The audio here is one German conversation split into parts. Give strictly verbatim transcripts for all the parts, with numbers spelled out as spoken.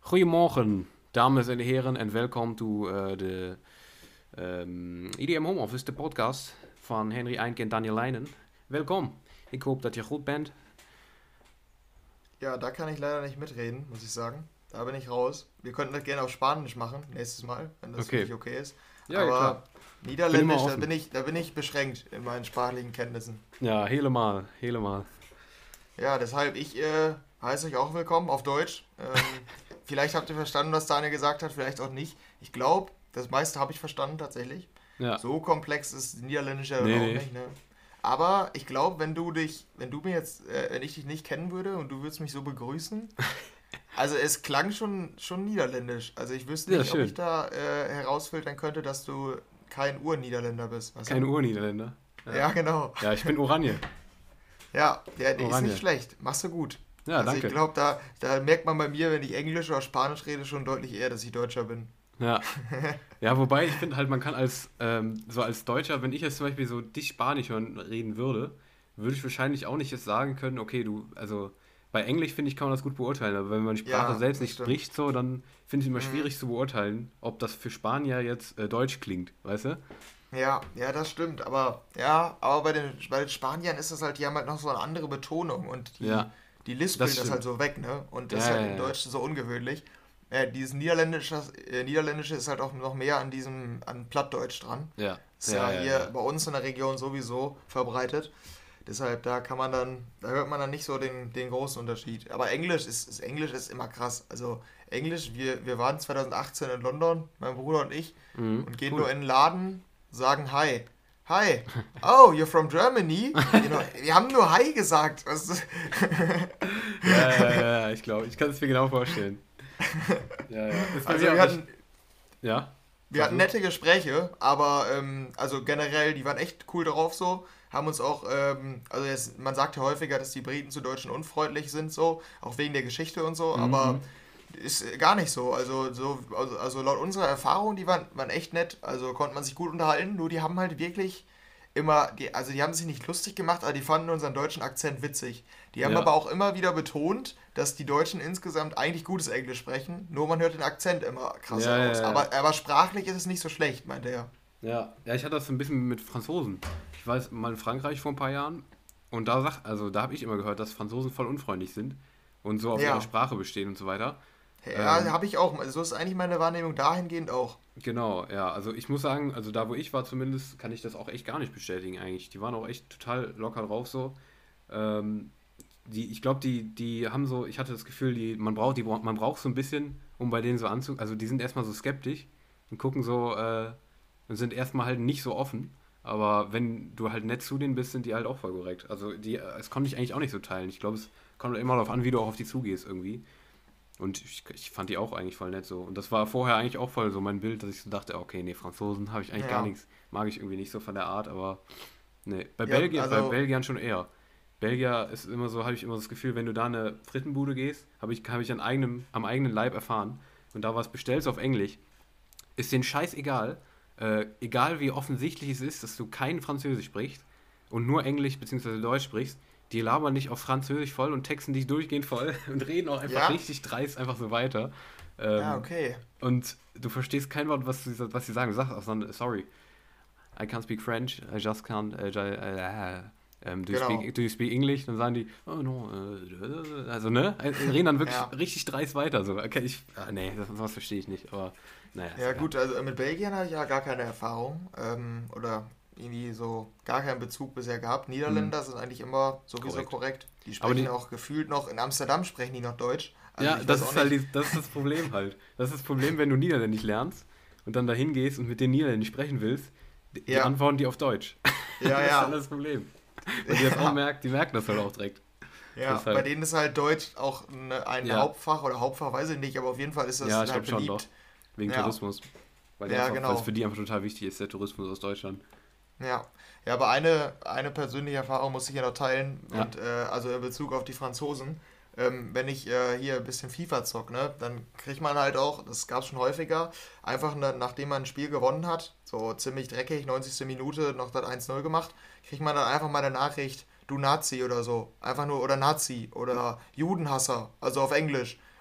Goedemorgen, dames en heren, en welkom to uh, de um, I D M Home Office, de podcast van Henry Eink en Daniel Leijnen. Welkom, ik hoop dat je goed bent. Ja, da kann ich leider nicht mitreden, muss ich sagen. Da bin ich raus. Wir könnten das gerne auf Spanisch machen, nächstes Mal, wenn das Okay. wirklich okay ist. Ja, Aber klar. Niederländisch, Bin immer da offen. bin, ich, da bin ich beschränkt in meinen sprachlichen Kenntnissen. Ja, helemaal, helemaal. Ja, deshalb, ich äh, heiße euch auch willkommen auf Deutsch. Ähm, vielleicht habt ihr verstanden, was Daniel gesagt hat, vielleicht auch nicht. Ich glaube, das meiste habe ich verstanden tatsächlich. Ja, So komplex ist Niederländisch ja Nee, auch nee. nicht, ne? Aber ich glaube, wenn du dich, wenn du mir jetzt, äh, wenn ich dich nicht kennen würde und du würdest mich so begrüßen, also es klang schon, schon niederländisch. Also ich wüsste Ja, nicht, ob schön. ich da äh, herausfiltern könnte, dass du kein Urniederländer bist. Weißt du? kein Urniederländer. Ja, genau. Ja, ich bin Oranje. Ja, der, der ist Oranje. nicht schlecht. Machst du gut. Ja, also danke. ich glaube, da, da merkt man bei mir, wenn ich Englisch oder Spanisch rede, schon deutlich eher, dass ich Deutscher bin. Ja. Ja, wobei ich finde halt, man kann als, ähm, so als Deutscher, wenn ich jetzt zum Beispiel so dich Spanisch hören, reden würde, würde ich wahrscheinlich auch nicht jetzt sagen können, okay, du, also bei Englisch finde ich, kann man das gut beurteilen, aber wenn man die Sprache Ja, selbst das nicht stimmt. spricht, so, dann finde ich es immer Mhm. schwierig zu beurteilen, ob das für Spanier jetzt äh, Deutsch klingt, weißt du? Ja, ja, das stimmt. Aber ja, aber bei den, bei den Spaniern ist das halt, die haben halt noch so eine andere Betonung und die, Ja, die lispeln das das, stimmt. halt so weg, ne? Und das Ja, ist halt ja, im ja. Deutschen so ungewöhnlich. Äh, dieses Niederländische, äh, Niederländische ist halt auch noch mehr an diesem, an Plattdeutsch dran. Ja, Ist ja, ja ja, hier ja. bei uns in der Region sowieso verbreitet. Deshalb, da kann man dann, da hört man dann nicht so den, den großen Unterschied. Aber Englisch ist, ist, Englisch ist immer krass. Also Englisch, wir, wir waren zwanzig achtzehn in London, mein Bruder und ich, Mhm, und gehen cool. nur in den Laden, sagen Hi. Hi. Oh, you're from Germany? You know, wir haben nur Hi gesagt. Was ist- Ja, ja, ja, ja, ich glaube, ich kann es mir genau vorstellen. Ja, ja. Ist bei Also mir wir auch echt, hatten, ja, wir sag hatten du? nette Gespräche, aber ähm, also generell, die waren echt cool drauf so. Haben uns auch, ähm, also jetzt, man sagt ja häufiger, dass die Briten zu Deutschen unfreundlich sind so, auch wegen der Geschichte und so, aber Mhm. ist äh, gar nicht so. Also, so, also, also laut unserer Erfahrung, die waren, waren echt nett, also konnte man sich gut unterhalten, nur die haben halt wirklich immer, die, also die haben sich nicht lustig gemacht, aber die fanden unseren deutschen Akzent witzig. Die haben Ja, aber auch immer wieder betont, dass die Deutschen insgesamt eigentlich gutes Englisch sprechen, nur man hört den Akzent immer krasser ja, ja, raus. ja. Aber, aber sprachlich ist es nicht so schlecht, meinte er. Ja, ja, ich hatte das so ein bisschen mit Franzosen. Ich war jetzt mal in Frankreich vor ein paar Jahren und da sag, also da habe ich immer gehört, dass Franzosen voll unfreundlich sind und so auf ihre Ja, Sprache bestehen und so weiter. ja, Ähm, habe ich auch. So ist eigentlich meine Wahrnehmung dahingehend auch. genau, ja, also ich muss sagen, also da wo ich war zumindest, kann ich das auch echt gar nicht bestätigen eigentlich. Die waren auch echt total locker drauf so. Ähm, die, ich glaube, die, die haben so, ich hatte das Gefühl, die, man braucht, die, man braucht so ein bisschen, um bei denen so anzu, also die sind erstmal so skeptisch und gucken so, äh, und sind erstmal halt nicht so offen. Aber wenn du halt nett zu denen bist, sind die halt auch voll korrekt. Also die, äh, das konnte ich eigentlich auch nicht so teilen. Ich glaube, es kommt immer darauf an, wie du auch auf die zugehst irgendwie. Und ich, ich fand die auch eigentlich voll nett so. Und das war vorher eigentlich auch voll so mein Bild, dass ich so dachte, okay, nee, Franzosen habe ich eigentlich gar Ja, nichts, mag ich irgendwie nicht so von der Art, aber nee. Bei ja, Belgien, bei also, Belgiern schon eher. Belgier ist immer so, habe ich immer das Gefühl, wenn du da in eine Frittenbude gehst, habe ich, habe ich an eigenem, am eigenen Leib erfahren und da was bestellst auf Englisch, ist denen scheißegal, äh, egal wie offensichtlich es ist, dass du kein Französisch sprichst und nur Englisch bzw. Deutsch sprichst, die labern dich auf Französisch voll und texten dich durchgehend voll und reden auch einfach ja, richtig dreist einfach so weiter. ja, Ähm, okay. und du verstehst kein Wort, was sie, was sie sagen. Du sagst auch so, sorry, I can't speak French, I just can't, uh, ju- uh, um, do, you Genau. speak, do you speak English? Dann sagen die, oh no, äh, also ne, äh, reden dann wirklich Ja. richtig dreist weiter. So. Okay, ich, ah, nee, das, das verstehe ich nicht, aber naja, ist Ja, egal. gut, also mit Belgien habe ich ja gar keine Erfahrung. Ähm, oder irgendwie so gar keinen Bezug bisher gehabt. Hm, Niederländer sind eigentlich immer sowieso korrekt. korrekt. Die Aber sprechen die, auch gefühlt noch, in Amsterdam sprechen die noch Deutsch. Also ja, ich das weiß auch ist halt nicht. die, das ist das Problem halt. Das ist das Problem, wenn du Niederländisch lernst und dann dahin gehst und mit denen Niederländisch sprechen willst, die, die Ja, antworten die auf Deutsch. ja, Das ist halt ja. das Problem. Und die das auch merkt, die merken das halt auch direkt. Ja, bei Deshalb, denen ist halt Deutsch auch eine, ein ja, Hauptfach oder Hauptfach, weiß ich nicht, aber auf jeden Fall ist ja, das ich halt glaube schon doch. beliebt. Wegen Ja, Tourismus. Weil die ja, einfach, weil es für genau. die einfach total wichtig ist, der Tourismus aus Deutschland. Ja, ja, aber eine, eine persönliche Erfahrung muss ich ja noch teilen Ja, und äh, also in Bezug auf die Franzosen. Ähm, wenn ich äh, hier ein bisschen FIFA zock, ne, dann kriegt man halt auch, das gab es schon häufiger, einfach ne, nachdem man ein Spiel gewonnen hat, so ziemlich dreckig, neunzigste Minute noch das eins null gemacht, kriegt man dann einfach mal eine Nachricht, du Nazi oder so. Einfach nur, oder Nazi oder Judenhasser, also auf Englisch.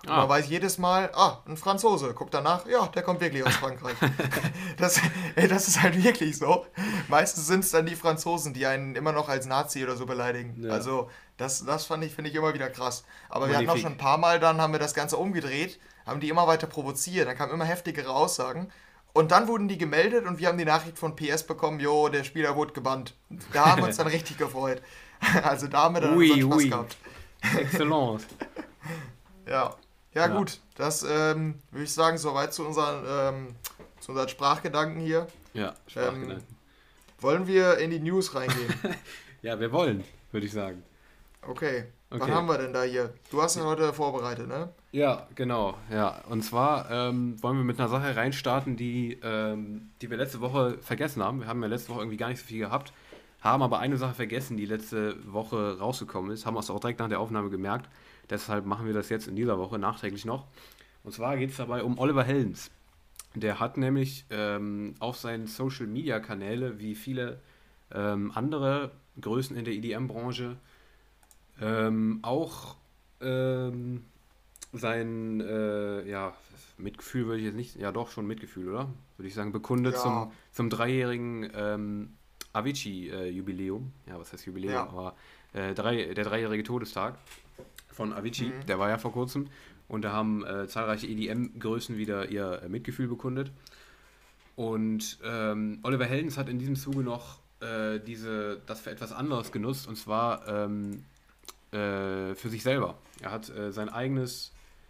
Und man Ah, weiß jedes Mal, ah, ein Franzose, guckt danach, ja, der kommt wirklich aus Frankreich. Das, ey, das ist halt wirklich so. Meistens sind es dann die Franzosen, die einen immer noch als Nazi oder so beleidigen. ja, Also, das, das fand ich, finde ich immer wieder krass. Aber wir hatten auch schon ein magnifik. paar Mal, dann haben wir das Ganze umgedreht, haben die immer weiter provoziert, dann kamen immer heftigere Aussagen. Und dann wurden die gemeldet und wir haben die Nachricht von P S bekommen, jo, der Spieler wurde gebannt. Da haben wir uns dann richtig gefreut. Also da haben wir dann unseren Ui, Spaß ui. gehabt. Excellent. Ja, ja Ja, gut, das ähm, würde ich sagen, soweit zu unseren, ähm, zu unseren Sprachgedanken hier. ja, Ähm, Sprachgedanken. wollen wir in die News reingehen? Ja, wir wollen, würde ich sagen. Okay, was Okay. haben wir denn da hier? Du hast es heute vorbereitet, ne? Ja, genau. Ja, und zwar ähm, wollen wir mit einer Sache reinstarten, die, ähm, die wir letzte Woche vergessen haben. Wir haben ja letzte Woche irgendwie gar nicht so viel gehabt, haben aber eine Sache vergessen, die letzte Woche rausgekommen ist, haben uns auch direkt nach der Aufnahme gemerkt. Deshalb machen wir das jetzt in dieser Woche nachträglich noch. Und zwar geht es dabei um Oliver Heldens. Der hat nämlich ähm, auf seinen Social Media Kanäle, wie viele ähm, andere Größen in der E D M-Branche, ähm, auch ähm, sein äh, ja, Mitgefühl würde ich jetzt nicht, ja doch schon Mitgefühl, oder? Würde ich sagen, bekundet zum, Ja, zum dreijährigen ähm, Avicii-Jubiläum. Ja, was heißt Jubiläum? ja. Aber äh, drei, der dreijährige Todestag von Avicii, Mhm. der war ja vor kurzem. Und da haben äh, zahlreiche E D M-Größen wieder ihr äh, Mitgefühl bekundet. Und ähm, Oliver Heldens hat in diesem Zuge noch äh, diese, das für etwas anderes genutzt, und zwar ähm, äh, für sich selber. Er hat äh, sein eigenes,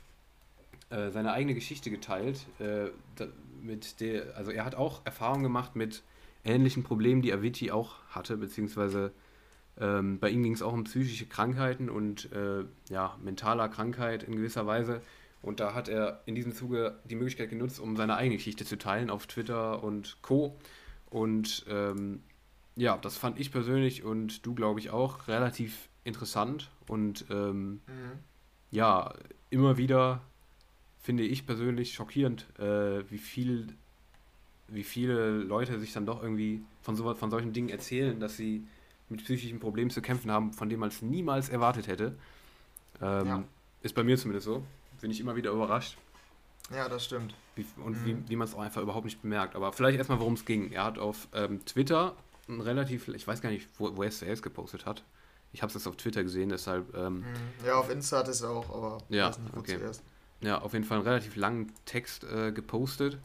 äh, seine eigene Geschichte geteilt, äh, da, mit der, also er hat auch Erfahrung gemacht mit ähnlichen Problemen, die Avicii auch hatte, beziehungsweise ähm, bei ihm ging es auch um psychische Krankheiten und äh, ja, mentaler Krankheit in gewisser Weise. Und da hat er in diesem Zuge die Möglichkeit genutzt, um seine eigene Geschichte zu teilen auf Twitter und Co. Und ähm, ja, das fand ich persönlich und du, glaube ich, auch relativ interessant und ähm, Mhm. ja, immer wieder finde ich persönlich schockierend, äh, wie viel, wie viele Leute sich dann doch irgendwie von so, von solchen Dingen erzählen, dass sie mit psychischen Problemen zu kämpfen haben, von denen man es niemals erwartet hätte. Ja, Ähm, ist bei mir zumindest so. Bin ich immer wieder überrascht. ja, das stimmt. Wie, und wie, Mhm. wie man es auch einfach überhaupt nicht bemerkt. Aber vielleicht erstmal, worum es ging. Er hat auf ähm, Twitter ein relativ, ich weiß gar nicht, wo, wo er es zuerst gepostet hat. Ich habe es jetzt auf Twitter gesehen, deshalb, ähm, Mhm. Ja, auf Insta hat es auch, aber ja, weiß nicht, wo okay. zuerst. Ja, auf jeden Fall einen relativ langen Text äh, gepostet,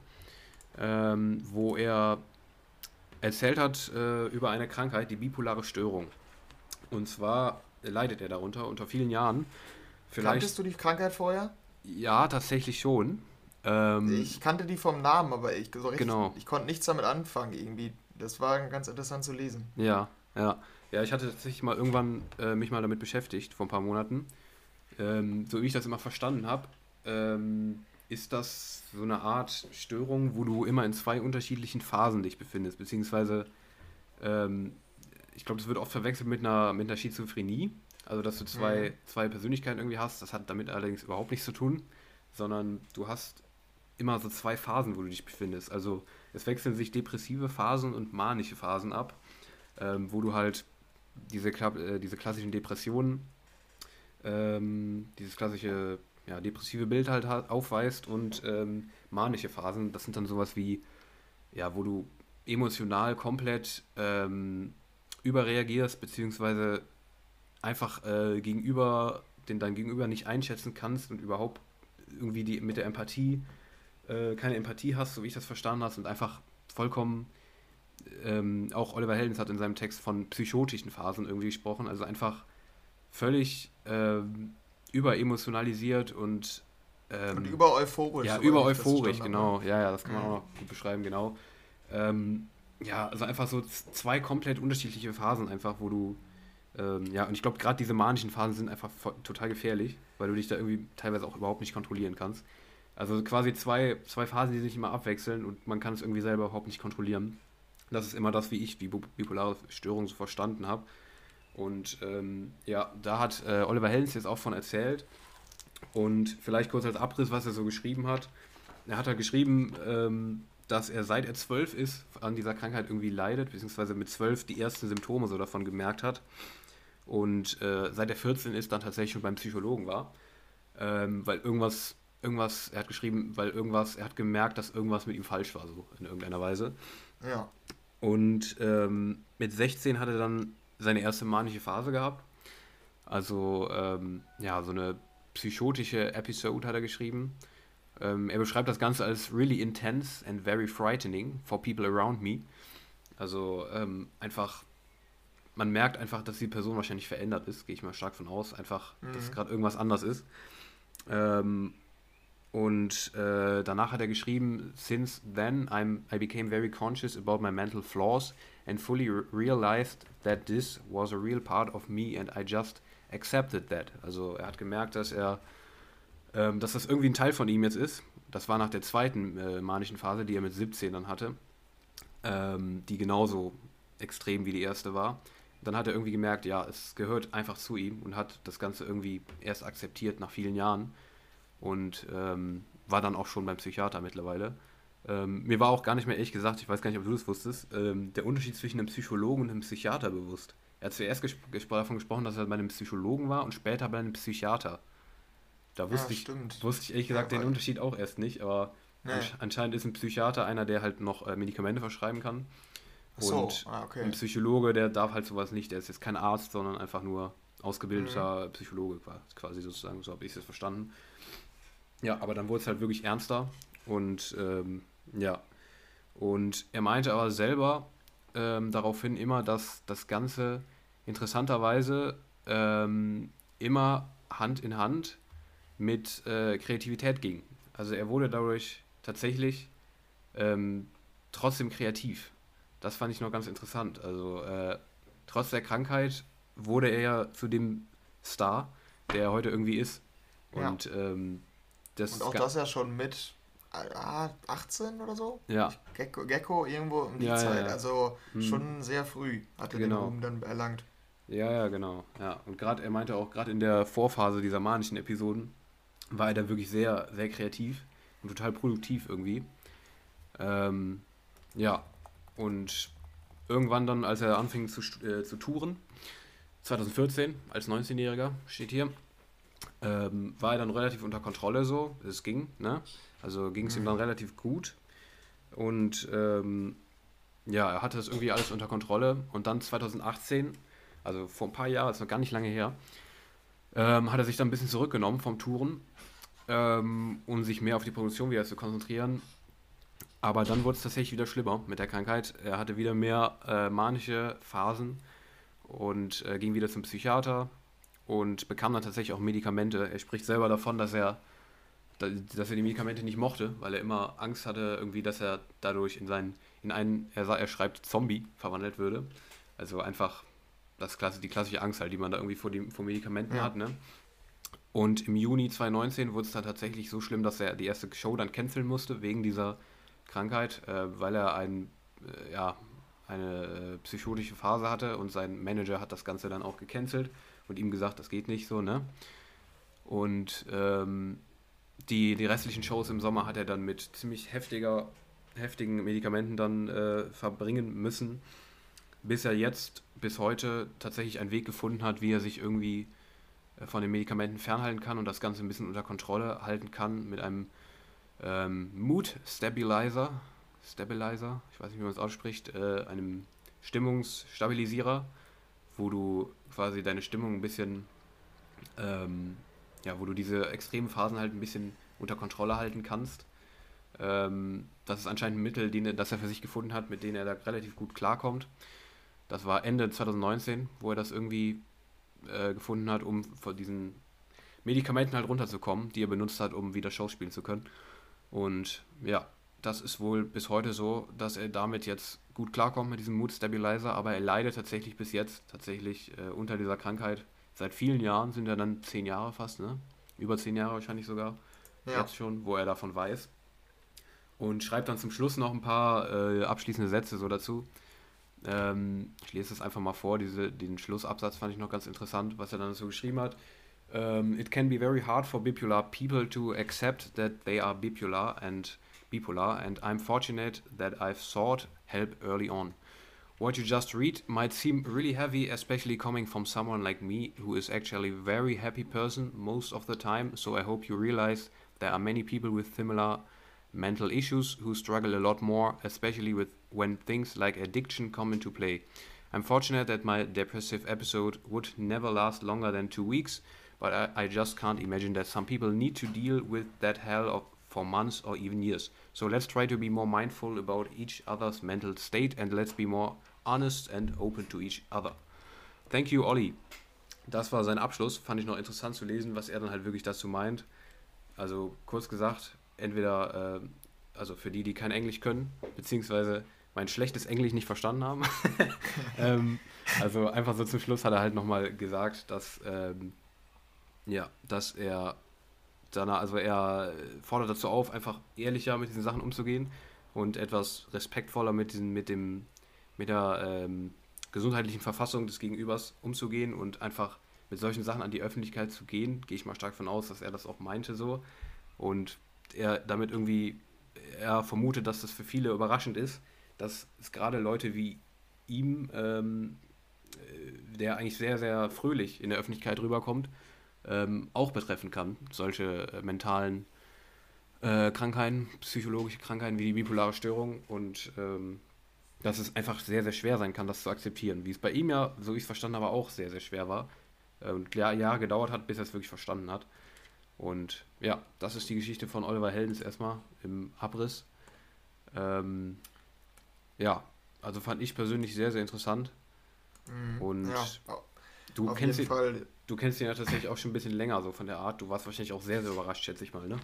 ähm, wo er erzählt hat äh, über eine Krankheit, die bipolare Störung. Und zwar leidet er darunter unter vielen Jahren. Vielleicht, Kanntest du die Krankheit vorher? ja, tatsächlich schon. Ähm, Ich kannte die vom Namen, aber ich so richtig, genau. ich konnte nichts damit anfangen irgendwie. Das war ganz interessant zu lesen. Ja, ja. Ja, ich hatte tatsächlich mal irgendwann äh, mich mal damit beschäftigt, vor ein paar Monaten. Ähm, so wie ich das immer verstanden habe, ähm, ist das so eine Art Störung, wo du immer in zwei unterschiedlichen Phasen dich befindest, beziehungsweise ähm, ich glaube, das wird oft verwechselt mit einer, mit einer Schizophrenie, also dass du Mhm. zwei, zwei Persönlichkeiten irgendwie hast. Das hat damit allerdings überhaupt nichts zu tun, sondern du hast immer so zwei Phasen, wo du dich befindest. Also es wechseln sich depressive Phasen und manische Phasen ab, ähm, wo du halt diese, Kla- äh, diese klassischen Depressionen, ähm, dieses klassische ja, depressive Bild halt ha- aufweist und ähm, manische Phasen, das sind dann sowas wie, ja, wo du emotional komplett ähm, überreagierst, beziehungsweise einfach äh, gegenüber, den dein Gegenüber nicht einschätzen kannst und überhaupt irgendwie die mit der Empathie äh, keine Empathie hast, so wie ich das verstanden habe, und einfach vollkommen, ähm, auch Oliver Heldens hat in seinem Text von psychotischen Phasen irgendwie gesprochen, also einfach völlig ähm, überemotionalisiert und Und ähm, über euphorisch, ja, soweit ich das übereuphorisch, verstanden habe, ne? genau. Ja, ja, das kann man auch Mhm. noch gut beschreiben, genau. Ähm, ja, also einfach so z- zwei komplett unterschiedliche Phasen einfach, wo du, ähm, ja, und ich glaube, gerade diese manischen Phasen sind einfach vo- total gefährlich, weil du dich da irgendwie teilweise auch überhaupt nicht kontrollieren kannst. Also quasi zwei, zwei Phasen, die sich immer abwechseln und man kann es irgendwie selber überhaupt nicht kontrollieren. Das ist immer das, wie ich die bu- bipolare Störung so verstanden habe. Und ähm, ja, da hat äh, Oliver Heldens jetzt auch von erzählt. Und vielleicht kurz als Abriss, was er so geschrieben hat. Er hat halt geschrieben, ähm, dass er seit er zwölf ist, an dieser Krankheit irgendwie leidet, beziehungsweise mit zwölf die ersten Symptome so davon gemerkt hat. Und äh, seit er vierzehn ist, dann tatsächlich schon beim Psychologen war. ähm, weil irgendwas, irgendwas, er hat geschrieben, weil irgendwas, er hat gemerkt, dass irgendwas mit ihm falsch war, so in irgendeiner Weise. Ja. Und ähm, mit sechzehn hat er dann seine erste manische Phase gehabt. Also, ähm, ja, so eine psychotische Episode hat er geschrieben. Ähm, er beschreibt das Ganze als really intense and very frightening for people around me. Also, ähm, einfach, man merkt einfach, dass die Person wahrscheinlich verändert ist, gehe ich mal stark von aus. Einfach, dass Mhm. gerade irgendwas anders ist. Ähm, und äh, danach hat er geschrieben, since then I'm, I became very conscious about my mental flaws and fully re- realized that this was a real part of me and I just accepted that. Also er hat gemerkt, dass er, ähm, dass das irgendwie ein Teil von ihm jetzt ist. Das war nach der zweiten äh, manischen Phase, die er mit siebzehn dann hatte, ähm, die genauso extrem wie die erste war. Dann hat er irgendwie gemerkt, ja, es gehört einfach zu ihm und hat das Ganze irgendwie erst akzeptiert nach vielen Jahren und ähm, war dann auch schon beim Psychiater mittlerweile. Ähm, mir war auch gar nicht mehr, ehrlich gesagt, ich weiß gar nicht, ob du das wusstest, ähm, der Unterschied zwischen einem Psychologen und einem Psychiater bewusst. Er hat zuerst gesp gesp davon gesprochen, dass er bei einem Psychologen war und später bei einem Psychiater. Da Ja, wusste ich, stimmt. wusste ich ehrlich Ja, gesagt den weil. Unterschied auch erst nicht, aber Nee. ansch anscheinend ist ein Psychiater einer, der halt noch äh, Medikamente verschreiben kann. Ach so. Und Ah, ein okay. Psychologe, der darf halt sowas nicht. Der ist jetzt kein Arzt, sondern einfach nur Mhm. ausgebildeter Psychologe qua- quasi sozusagen. So habe ich es verstanden. Ja, aber dann wurde es halt wirklich ernster. Und ähm, ja, und er meinte aber selber ähm, daraufhin immer, dass das Ganze interessanterweise ähm, immer Hand in Hand mit äh, Kreativität ging. Also er wurde dadurch tatsächlich ähm, trotzdem kreativ. Das fand ich noch ganz interessant. Also äh, trotz der Krankheit wurde er ja zu dem Star, der er heute irgendwie ist. Ja. Und ähm, Und das, auch ga- das ja schon mit ah, achtzehn oder so? ja, Ich, Gecko, Gecko irgendwo um die ja, ja, Zeit. ja, Also hm, schon sehr früh hat er den genau. Ruhm dann erlangt. Ja, ja, genau. Ja. Und gerade, er meinte auch, gerade in der Vorphase dieser manischen Episoden war er da wirklich sehr, sehr kreativ und total produktiv irgendwie. Ähm, ja, und irgendwann dann, als er anfing zu, st- äh, zu touren, zwanzig vierzehn, als neunzehnjähriger, steht hier, ähm, war er dann relativ unter Kontrolle so. Es ging, ne? Also ging es ihm dann Mhm. relativ gut. Und ähm, ja, er hatte das irgendwie alles unter Kontrolle. Und dann zwanzig achtzehn, also vor ein paar Jahren, ist noch gar nicht lange her, ähm, hat er sich dann ein bisschen zurückgenommen vom Touren, ähm, um sich mehr auf die Produktion wieder zu konzentrieren. Aber dann wurde es tatsächlich wieder schlimmer mit der Krankheit. Er hatte wieder mehr äh, manische Phasen und äh, ging wieder zum Psychiater und bekam dann tatsächlich auch Medikamente. Er spricht selber davon, dass er, da- dass er die Medikamente nicht mochte, weil er immer Angst hatte, irgendwie, dass er dadurch in seinen, in einen, er, sa- er schreibt, Zombie verwandelt würde. Also einfach das klasse, die klassische Angst halt, die man da irgendwie vor, die, vor Medikamenten Ja. hat, ne? Und im Juni zwanzig neunzehn wurde es dann tatsächlich so schlimm, dass er die erste Show dann canceln musste wegen dieser Krankheit, äh, weil er ein, äh, ja, eine äh, psychotische Phase hatte und sein Manager hat das Ganze dann auch gecancelt und ihm gesagt, das geht nicht so, ne? Und ähm, die, die restlichen Shows im Sommer hat er dann mit ziemlich heftiger, heftigen Medikamenten dann äh, verbringen müssen, bis er jetzt, bis heute tatsächlich einen Weg gefunden hat, wie er sich irgendwie äh, von den Medikamenten fernhalten kann und das Ganze ein bisschen unter Kontrolle halten kann mit einem ähm, Mood Stabilizer, Stabilizer, ich weiß nicht, wie man es ausspricht, äh, einem Stimmungsstabilisierer, wo du quasi deine Stimmung ein bisschen, ähm, ja, wo du diese extremen Phasen halt ein bisschen unter Kontrolle halten kannst. Ähm, das ist anscheinend ein Mittel, den er, das er für sich gefunden hat, mit dem er da relativ gut klarkommt. Das war Ende zwanzig neunzehn, wo er das irgendwie äh, gefunden hat, um von diesen Medikamenten halt runterzukommen, die er benutzt hat, um wieder Shows spielen zu können. Und ja, das ist wohl bis heute so, dass er damit jetzt gut klarkommt mit diesem Mood Stabilizer, aber er leidet tatsächlich bis jetzt tatsächlich äh, unter dieser Krankheit. Seit vielen Jahren, sind ja dann zehn Jahre fast, ne? Über zehn Jahre wahrscheinlich sogar, Ja. jetzt schon, wo er davon weiß. Und schreibt dann zum Schluss noch ein paar äh, abschließende Sätze so dazu. Ähm, ich lese das einfach mal vor, diese, den Schlussabsatz fand ich noch ganz interessant, was er dann so geschrieben hat. Um, it can be very hard for bipolar people to accept that they are bipolar and bipolar, and I'm fortunate that I've sought help early on. What you just read might seem really heavy, especially coming from someone like me, who is actually a very happy person most of the time, so I hope you realize there are many people with similar mental issues who struggle a lot more, especially with when things like addiction come into play. I'm fortunate that my depressive episode would never last longer than two weeks, but I, I just can't imagine that some people need to deal with that hell of, for months or even years. So let's try to be more mindful about each other's mental state and let's be more honest and open to each other. Thank you, Olli. Das war sein Abschluss. Fand ich noch interessant zu lesen, was er dann halt wirklich dazu meint. Also kurz gesagt, entweder, äh, also für die, die kein Englisch können, beziehungsweise mein schlechtes Englisch nicht verstanden haben. ähm, also einfach so zum Schluss hat er halt nochmal gesagt, dass, ähm, ja, dass er danach, also er fordert dazu auf, einfach ehrlicher mit diesen Sachen umzugehen und etwas respektvoller mit diesen, mit dem, mit der ähm, gesundheitlichen Verfassung des Gegenübers umzugehen und einfach mit solchen Sachen an die Öffentlichkeit zu gehen. Gehe ich mal stark von aus, dass er das auch meinte so. Und er damit irgendwie, er vermutet, dass das für viele überraschend ist, dass es gerade Leute wie ihm, ähm, der eigentlich sehr, sehr fröhlich in der Öffentlichkeit rüberkommt, ähm, auch betreffen kann. Solche äh, mentalen äh, Krankheiten, psychologische Krankheiten wie die bipolare Störung und ähm, dass es einfach sehr, sehr schwer sein kann, das zu akzeptieren. Wie es bei ihm ja, so wie ich es verstanden habe, auch sehr, sehr schwer war. Und ja, Jahre gedauert hat, bis er es wirklich verstanden hat. Und ja, das ist die Geschichte von Oliver Heldens erstmal im Abriss. Ähm, ja, also fand ich persönlich sehr, sehr interessant. Mhm. Und Ja, du auf kennst jeden ihn, Fall. du kennst ihn ja tatsächlich auch schon ein bisschen länger, so von der Art. Du warst wahrscheinlich auch sehr, sehr überrascht, schätze ich mal, ne?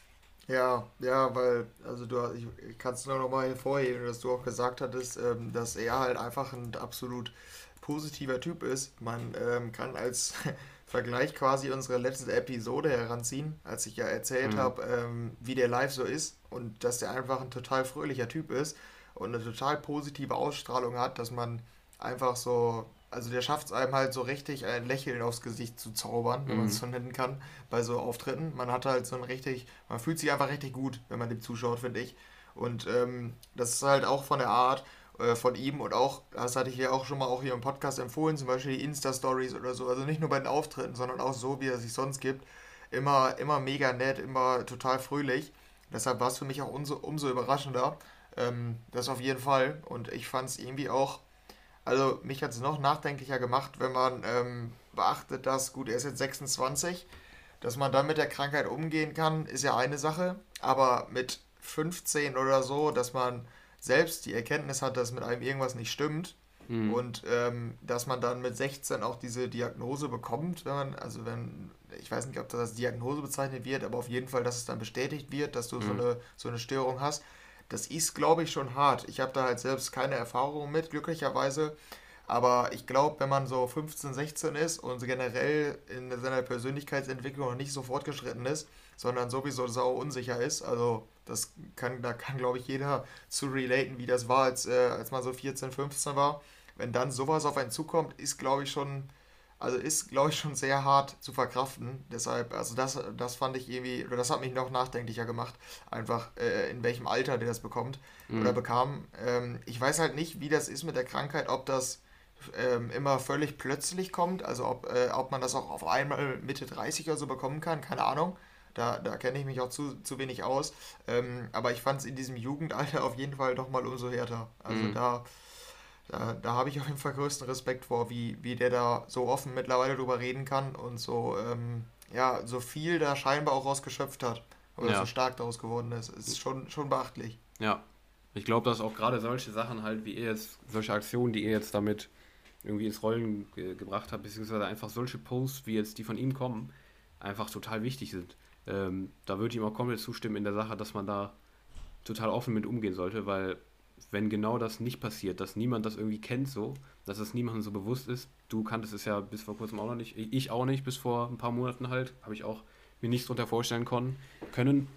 Ja, ja, weil, also du, ich, ich kann es nur noch mal hervorheben, dass du auch gesagt hattest, ähm, dass er halt einfach ein absolut positiver Typ ist. Man ähm, kann als Vergleich quasi unsere letzte Episode heranziehen, als ich ja erzählt Mhm. habe, ähm, wie der live so ist und dass der einfach ein total fröhlicher Typ ist und eine total positive Ausstrahlung hat, dass man einfach so, also der schafft es einem halt so richtig ein Lächeln aufs Gesicht zu zaubern, wenn man es Mhm. so nennen kann, bei so Auftritten. Man hat halt so ein richtig, man fühlt sich einfach richtig gut, wenn man dem zuschaut, finde ich. Und ähm, das ist halt auch von der Art äh, von ihm und auch, das hatte ich ja auch schon mal auch hier im Podcast empfohlen, zum Beispiel die Insta-Stories oder so, also nicht nur bei den Auftritten, sondern auch so, wie er sich sonst gibt. Immer, immer mega nett, immer total fröhlich. Deshalb war es für mich auch umso, umso überraschender. Ähm, das auf jeden Fall. Und ich fand es irgendwie auch, also mich hat es noch nachdenklicher gemacht, wenn man ähm, beachtet, dass, gut, er ist jetzt sechsundzwanzig, dass man dann mit der Krankheit umgehen kann, ist ja eine Sache, aber mit fünfzehn oder so, dass man selbst die Erkenntnis hat, dass mit einem irgendwas nicht stimmt Mhm. und ähm, dass man dann mit sechzehn auch diese Diagnose bekommt, wenn man, also wenn, ich weiß nicht, ob das als Diagnose bezeichnet wird, aber auf jeden Fall, dass es dann bestätigt wird, dass du so Mhm. eine, so eine Störung hast. Das ist, glaube ich, schon hart. Ich habe da halt selbst keine Erfahrung mit, glücklicherweise. Aber ich glaube, wenn man so fünfzehn, sechzehn ist und generell in seiner Persönlichkeitsentwicklung noch nicht so fortgeschritten ist, sondern sowieso sau unsicher ist, also das kann, da kann, glaube ich, jeder zu relaten, wie das war, als, äh, als man so vierzehn, fünfzehn war. Wenn dann sowas auf einen zukommt, ist, glaube ich, schon, also ist, glaube ich, schon sehr hart zu verkraften. Deshalb, also das, das fand ich irgendwie, oder das hat mich noch nachdenklicher gemacht, einfach äh, in welchem Alter der das bekommt oder Mhm. bekam. Ähm, ich weiß halt nicht, wie das ist mit der Krankheit, ob das ähm, immer völlig plötzlich kommt, also ob, äh, ob man das auch auf einmal Mitte dreißig oder so bekommen kann, keine Ahnung. Da, da kenne ich mich auch zu, zu wenig aus. Ähm, aber ich fand es in diesem Jugendalter auf jeden Fall noch mal umso härter. Also Mhm. da, da, da habe ich auf jeden Fall größten Respekt vor, wie, wie der da so offen mittlerweile drüber reden kann und so, ähm, ja, so viel da scheinbar auch rausgeschöpft hat. Oder so Ja, stark daraus geworden ist. Ist schon, schon beachtlich. ja. Ich glaube, dass auch gerade solche Sachen halt, wie ihr jetzt, solche Aktionen, die ihr jetzt damit irgendwie ins Rollen ge gebracht habt, beziehungsweise einfach solche Posts, wie jetzt die von ihm kommen, einfach total wichtig sind. Ähm, da würde ich ihm auch komplett zustimmen in der Sache, dass man da total offen mit umgehen sollte, weil wenn genau das nicht passiert, dass niemand das irgendwie kennt so, dass es niemandem so bewusst ist, du kanntest es ja bis vor kurzem auch noch nicht, ich auch nicht, bis vor ein paar Monaten halt, habe ich auch mir nichts drunter vorstellen können, können.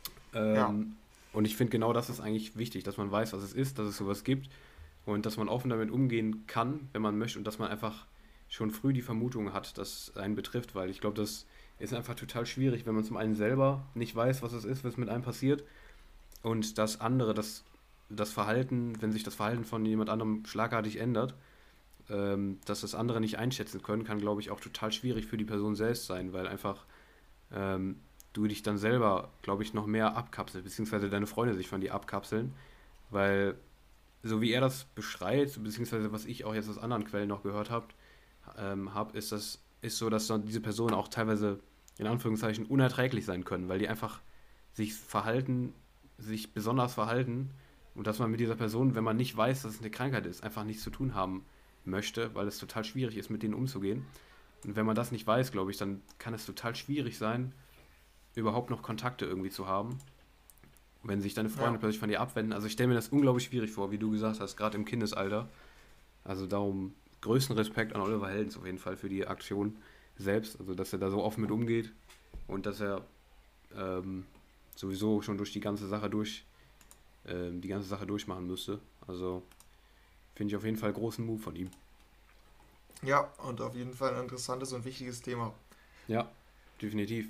Ja, Ähm, und ich finde genau das ist eigentlich wichtig, dass man weiß, was es ist, dass es sowas gibt und dass man offen damit umgehen kann, wenn man möchte und dass man einfach schon früh die Vermutung hat, dass es einen betrifft, weil ich glaube, das ist einfach total schwierig, wenn man zum einen selber nicht weiß, was es ist, was mit einem passiert und das andere das das Verhalten, wenn sich das Verhalten von jemand anderem schlagartig ändert, ähm, dass das andere nicht einschätzen können, kann, glaube ich, auch total schwierig für die Person selbst sein, weil einfach ähm, du dich dann selber, glaube ich, noch mehr abkapselst, beziehungsweise deine Freunde sich von dir abkapseln, weil so wie er das beschreibt, beziehungsweise was ich auch jetzt aus anderen Quellen noch gehört habe, ähm, hab, ist das ist so, dass dann diese Personen auch teilweise in Anführungszeichen unerträglich sein können, weil die einfach sich verhalten, sich besonders verhalten und dass man mit dieser Person, wenn man nicht weiß, dass es eine Krankheit ist, einfach nichts zu tun haben möchte, weil es total schwierig ist, mit denen umzugehen. Und wenn man das nicht weiß, glaube ich, dann kann es total schwierig sein, überhaupt noch Kontakte irgendwie zu haben, wenn sich deine Freunde Ja. plötzlich von dir abwenden. Also ich stelle mir das unglaublich schwierig vor, wie du gesagt hast, gerade im Kindesalter. Also darum größten Respekt an Oliver Heldens auf jeden Fall für die Aktion selbst, also dass er da so offen mit umgeht und dass er ähm, sowieso schon durch die ganze Sache durch ähm, die ganze Sache durchmachen müsste. Also finde ich auf jeden Fall großen Move von ihm. Ja, und auf jeden Fall ein interessantes und wichtiges Thema. Ja, definitiv.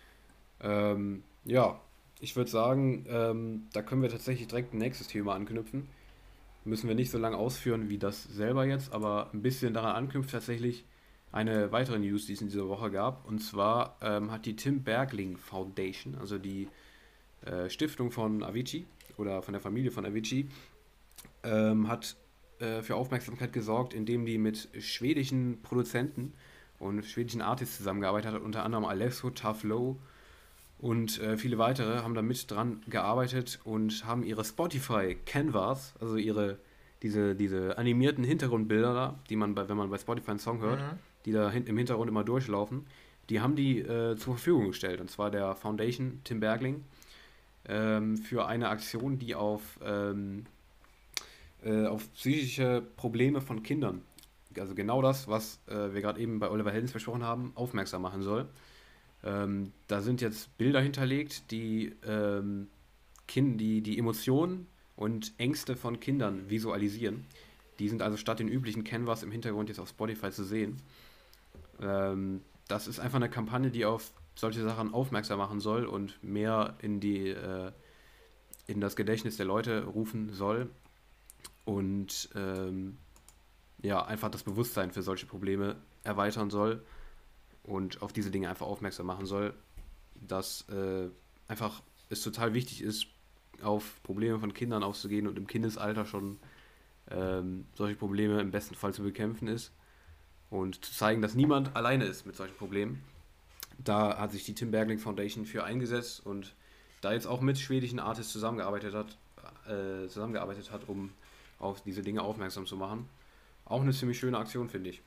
Ähm, ja, ich würde sagen, ähm, da können wir tatsächlich direkt ein nächstes Thema anknüpfen. Müssen wir nicht so lange ausführen wie das selber jetzt, aber ein bisschen daran anknüpft tatsächlich eine weitere News, die es in dieser Woche gab. Und zwar ähm, hat die Tim Bergling Foundation, also die äh, Stiftung von Avicii oder von der Familie von Avicii, ähm, hat äh, für Aufmerksamkeit gesorgt, indem die mit schwedischen Produzenten und schwedischen Artists zusammengearbeitet hat, unter anderem Alesso, Tough Low und äh, viele weitere haben da mit dran gearbeitet und haben ihre Spotify Canvas, also ihre diese, diese animierten Hintergrundbilder, da, die man bei, wenn man bei Spotify einen Song hört, Mhm. die da hin, im Hintergrund immer durchlaufen, die haben die äh, zur Verfügung gestellt. Und zwar der Foundation Tim Bergling ähm, für eine Aktion, die auf, ähm, äh, auf psychische Probleme von Kindern, also genau das, was äh, wir gerade eben bei Oliver Heldens besprochen haben, aufmerksam machen soll. Ähm, da sind jetzt Bilder hinterlegt, die, ähm, kind, die die Emotionen und Ängste von Kindern visualisieren. Die sind also statt den üblichen Canvas im Hintergrund jetzt auf Spotify zu sehen. Ähm, das ist einfach eine Kampagne, die auf solche Sachen aufmerksam machen soll und mehr in die äh, in das Gedächtnis der Leute rufen soll und ähm, ja, einfach das Bewusstsein für solche Probleme erweitern soll und auf diese Dinge einfach aufmerksam machen soll, dass äh, einfach es total wichtig ist, auf Probleme von Kindern auszugehen und im Kindesalter schon ähm, solche Probleme im besten Fall zu bekämpfen ist und zu zeigen, dass niemand alleine ist mit solchen Problemen. Da hat sich die Tim Bergling Foundation für eingesetzt und da jetzt auch mit schwedischen Artists zusammengearbeitet hat, äh, zusammengearbeitet hat, um auf diese Dinge aufmerksam zu machen. Auch eine ziemlich schöne Aktion, finde ich.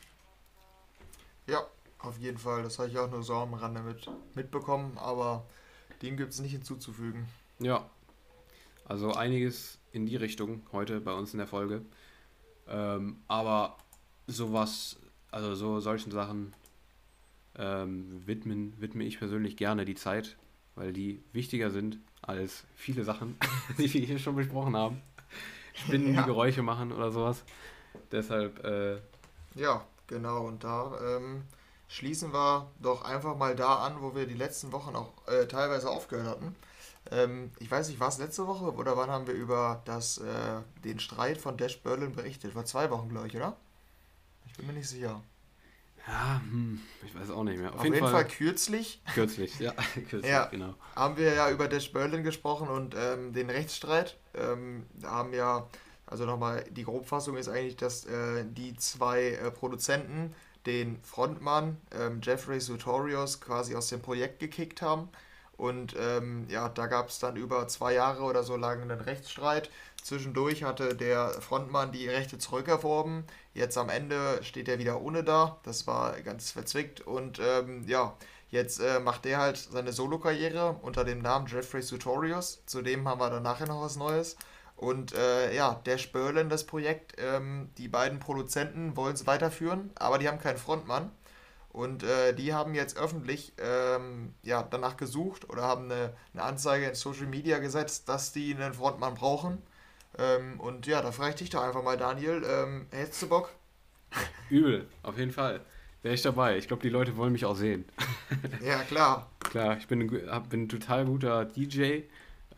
Ja, auf jeden Fall. Das habe ich auch nur so am Rande mit, mitbekommen, aber dem gibt es nicht hinzuzufügen. Ja, also einiges in die Richtung heute bei uns in der Folge. Ähm, aber sowas, also so solchen Sachen ähm, widmen, widme ich persönlich gerne die Zeit, weil die wichtiger sind als viele Sachen, die wir hier schon besprochen haben. Spinnen, die Ja, Geräusche machen oder sowas. Deshalb, äh, ja, genau. Und da ähm, schließen wir doch einfach mal da an, wo wir die letzten Wochen auch äh, teilweise aufgehört hatten. Ähm, ich weiß nicht, war es letzte Woche oder wann haben wir über das, äh, den Streit von Dash Berlin berichtet? War zwei Wochen, glaube ich, oder? Ich bin mir nicht sicher. ja, hm, ich weiß auch nicht mehr. Auf Auf jeden jeden Fall Fall kürzlich, kürzlich, ja, kürzlich, ja, genau. haben wir ja über Dash Berlin gesprochen und ähm, den Rechtsstreit. Ähm, da haben ja, also nochmal, die Grobfassung ist eigentlich, dass äh, die zwei äh, Produzenten den Frontmann ähm, Jeffrey Sutorius quasi aus dem Projekt gekickt haben. Und ähm, ja, da gab es dann über zwei Jahre oder so lang einen Rechtsstreit. Zwischendurch hatte der Frontmann die Rechte zurückerworben. Jetzt am Ende steht er wieder ohne da. Das war ganz verzwickt. Und ähm, ja, jetzt äh, macht er halt seine Solo-Karriere unter dem Namen Jeffrey Sutorius. Zudem haben wir dann nachher noch was Neues. Und äh, ja, Dash Berlin, das Projekt, ähm, die beiden Produzenten wollen es weiterführen, aber die haben keinen Frontmann. Und äh, die haben jetzt öffentlich ähm, ja, danach gesucht oder haben eine, eine Anzeige in Social Media gesetzt, dass die einen Frontmann brauchen. Ähm, und ja, da frage ich dich doch einfach mal, Daniel, ähm, hättest du Bock? Übel, auf jeden Fall. Wäre ich dabei. Ich glaube, die Leute wollen mich auch sehen. Ja, klar. Klar, ich bin, ein gu- hab- bin ein total guter D J.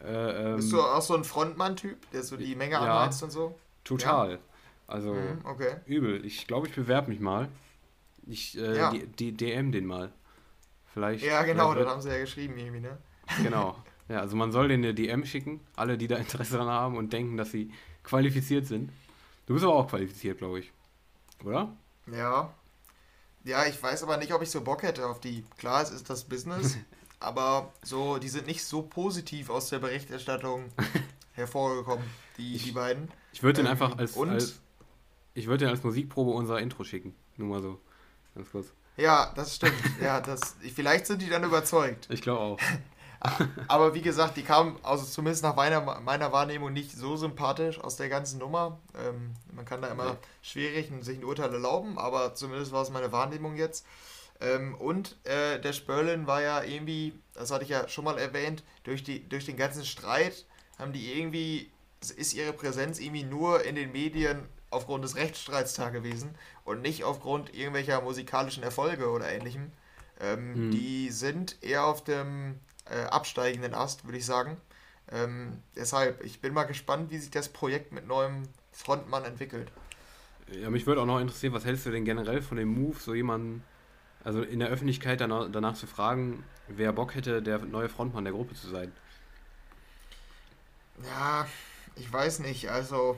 Äh, Bist du ähm, auch so ein Frontmann-Typ, der so die Menge ja, anheizt und so? Ja? total. Also Mhm, okay. übel. Ich glaube, ich bewerbe mich mal. Ich äh, Ja. die, die D M den mal. Vielleicht, Ja, vielleicht genau, das wird. haben sie ja geschrieben irgendwie, ne? Genau. Ja, also man soll denen eine D M schicken, alle, die da Interesse dran haben und denken, dass sie qualifiziert sind. Du bist aber auch qualifiziert, glaube ich. Oder? Ja. Ja, ich weiß aber nicht, ob ich so Bock hätte auf die. Klar, es ist das Business, aber so, die sind nicht so positiv aus der Berichterstattung hervorgekommen, die, die Ich, beiden. ich würde den einfach Ähm, als, und, als ich würde den als Musikprobe unser Intro schicken. Nur mal so. Ganz kurz. ja, das stimmt. Ja, das, vielleicht sind die dann überzeugt. Ich glaube auch. Aber wie gesagt, die kamen, also zumindest nach meiner, meiner Wahrnehmung, nicht so sympathisch aus der ganzen Nummer. Ähm, man kann da Nee. immer schwierig sich ein Urteil erlauben, aber zumindest war es meine Wahrnehmung jetzt. Ähm, und äh, der Spörlin war ja irgendwie, das hatte ich ja schon mal erwähnt, durch, die, durch den ganzen Streit haben die irgendwie, ist ihre Präsenz irgendwie nur in den Medien aufgrund des Rechtsstreits da gewesen und nicht aufgrund irgendwelcher musikalischen Erfolge oder ähnlichem. Ähm, Hm. die sind eher auf dem äh, absteigenden Ast, würde ich sagen. Ähm, deshalb, ich bin mal gespannt, wie sich das Projekt mit neuem Frontmann entwickelt. Ja, mich würde auch noch interessieren, was hältst du denn generell von dem Move, so jemanden, also in der Öffentlichkeit danach, danach zu fragen, wer Bock hätte, der neue Frontmann der Gruppe zu sein? Ja, ich weiß nicht, also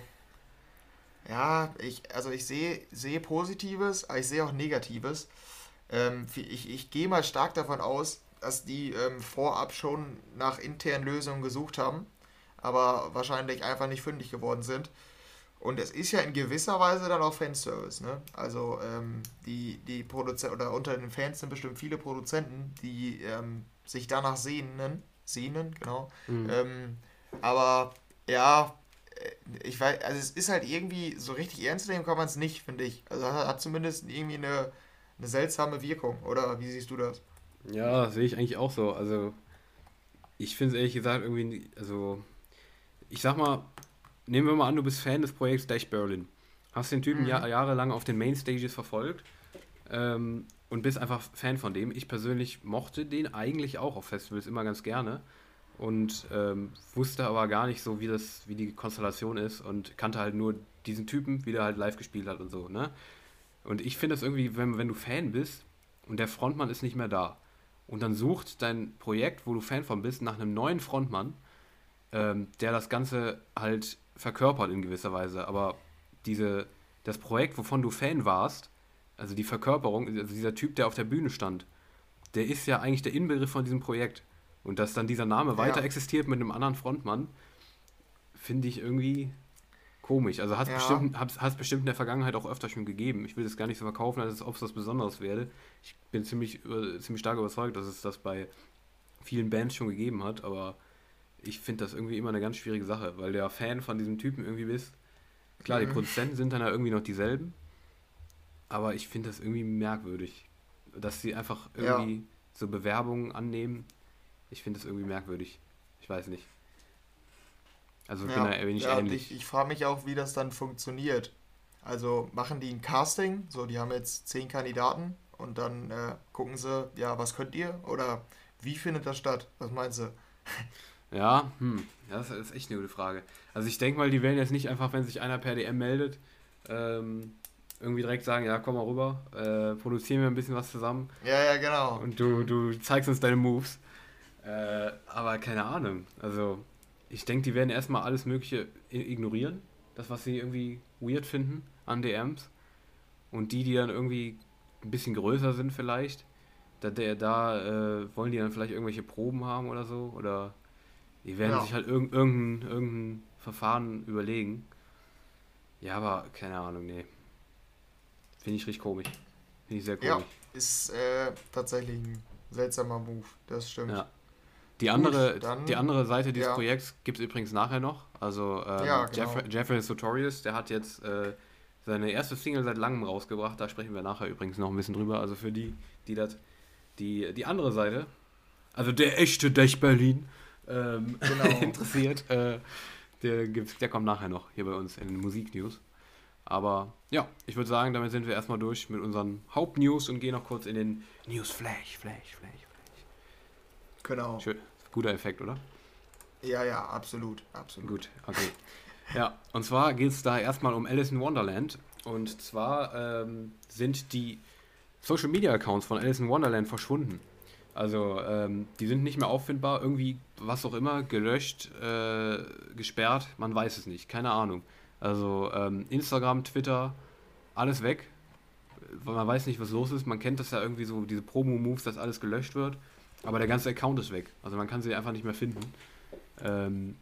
ja, ich, also ich sehe, sehe Positives, aber ich sehe auch Negatives. Ähm, ich, ich gehe mal stark davon aus, dass die ähm, vorab schon nach internen Lösungen gesucht haben, aber wahrscheinlich einfach nicht fündig geworden sind. Und es ist ja in gewisser Weise dann auch Fanservice, ne? Also ähm, die, die Produzenten oder unter den Fans sind bestimmt viele Produzenten, die ähm, sich danach sehnen, sehnen, genau. Hm. Ähm, aber ja, äh, ich weiß, also es ist halt irgendwie so richtig ernst nehmen kann man es nicht, finde ich. Also hat, hat zumindest irgendwie eine, eine seltsame Wirkung, oder wie siehst du das? Ja, sehe ich eigentlich auch so. Also, ich finde es ehrlich gesagt irgendwie, nie- also, ich sag mal, nehmen wir mal an, du bist Fan des Projekts Dash Berlin. Hast den Typen Mhm. ja, jahrelang auf den Mainstages verfolgt ähm, und bist einfach Fan von dem. Ich persönlich mochte den eigentlich auch auf Festivals immer ganz gerne und ähm, wusste aber gar nicht so, wie das, wie die Konstellation ist und kannte halt nur diesen Typen, wie der halt live gespielt hat und so, ne? Und ich finde das irgendwie, wenn, wenn du Fan bist und der Frontmann ist nicht mehr da und dann sucht dein Projekt, wo du Fan von bist, nach einem neuen Frontmann, ähm, der das Ganze halt verkörpert in gewisser Weise. Aber diese, das Projekt, wovon du Fan warst, also die Verkörperung, also dieser Typ, der auf der Bühne stand, der ist ja eigentlich der Inbegriff von diesem Projekt. Und dass dann dieser Name weiter Ja, existiert mit einem anderen Frontmann, finde ich irgendwie komisch. Also hat es ja, bestimmt, hat's, hat's bestimmt in der Vergangenheit auch öfter schon gegeben. Ich will das gar nicht so verkaufen, als ob es was Besonderes wäre. Ich bin ziemlich, äh, ziemlich stark überzeugt, dass es das bei vielen Bands schon gegeben hat, aber ich finde das irgendwie immer eine ganz schwierige Sache, weil du ja Fan von diesem Typen irgendwie bist. Klar, die mhm. Produzenten sind dann ja irgendwie noch dieselben, aber ich finde das irgendwie merkwürdig, dass sie einfach Ja, irgendwie so Bewerbungen annehmen. Ich finde das irgendwie merkwürdig. Ich weiß nicht. Also ich bin da ja, ein wenig ja, und ich, ähnlich. ich frage mich auch, wie das dann funktioniert. Also machen die ein Casting, so die haben jetzt zehn Kandidaten und dann äh, gucken sie, ja, was könnt ihr? Oder wie findet das statt? Was meinst du? Ja, hm, ja, das ist echt eine gute Frage. Also ich denke mal, die werden jetzt nicht einfach, wenn sich einer per D M meldet, ähm, irgendwie direkt sagen, ja, komm mal rüber, äh, produzieren wir ein bisschen was zusammen Ja, ja, genau. und du, Mhm. du zeigst uns deine Moves. Äh, aber keine Ahnung. Also, ich denke, die werden erstmal alles Mögliche i- ignorieren. Das, was sie irgendwie weird finden an D Ms. Und die, die dann irgendwie ein bisschen größer sind, vielleicht, da, der, da äh, wollen die dann vielleicht irgendwelche Proben haben oder so. Oder die werden sich Ja, halt irg irgendein, irgendein Verfahren überlegen. Ja, aber keine Ahnung, nee. Finde ich richtig komisch. Finde ich sehr ja, komisch. ist äh, tatsächlich ein seltsamer Move, das stimmt. Ja. Die Gut, andere, die dann, andere Seite dieses ja, Projekts gibt es übrigens nachher noch. Also ja, ähm, Jeffrey, genau. Jeffrey Sotorius, der hat jetzt äh, seine erste Single seit langem rausgebracht. Da sprechen wir nachher übrigens noch ein bisschen drüber. Also für die, die das, die, die andere Seite, also der echte Dech Berlin, ähm, Genau. interessiert, äh, der, gibt's, der kommt nachher noch hier bei uns in den Musiknews. Aber ja, ich würde sagen, damit sind wir erstmal durch mit unseren Hauptnews und gehen noch kurz in den News Flash, Flash, Flash. Genau. Schön. Guter Effekt, oder? Ja, ja, absolut, absolut. Gut, okay. Ja, und zwar geht es da erstmal um Alice in Wonderland. Und zwar ähm, sind die Social Media Accounts von Alice in Wonderland verschwunden. Also, ähm, die sind nicht mehr auffindbar, irgendwie, was auch immer, gelöscht, äh, gesperrt, man weiß es nicht, keine Ahnung. Also, ähm, Instagram, Twitter, alles weg, weil man weiß nicht, was los ist. Man kennt das ja irgendwie so, diese Promo-Moves, dass alles gelöscht wird, aber der ganze Account ist weg. Also, man kann sie einfach nicht mehr finden. Ähm,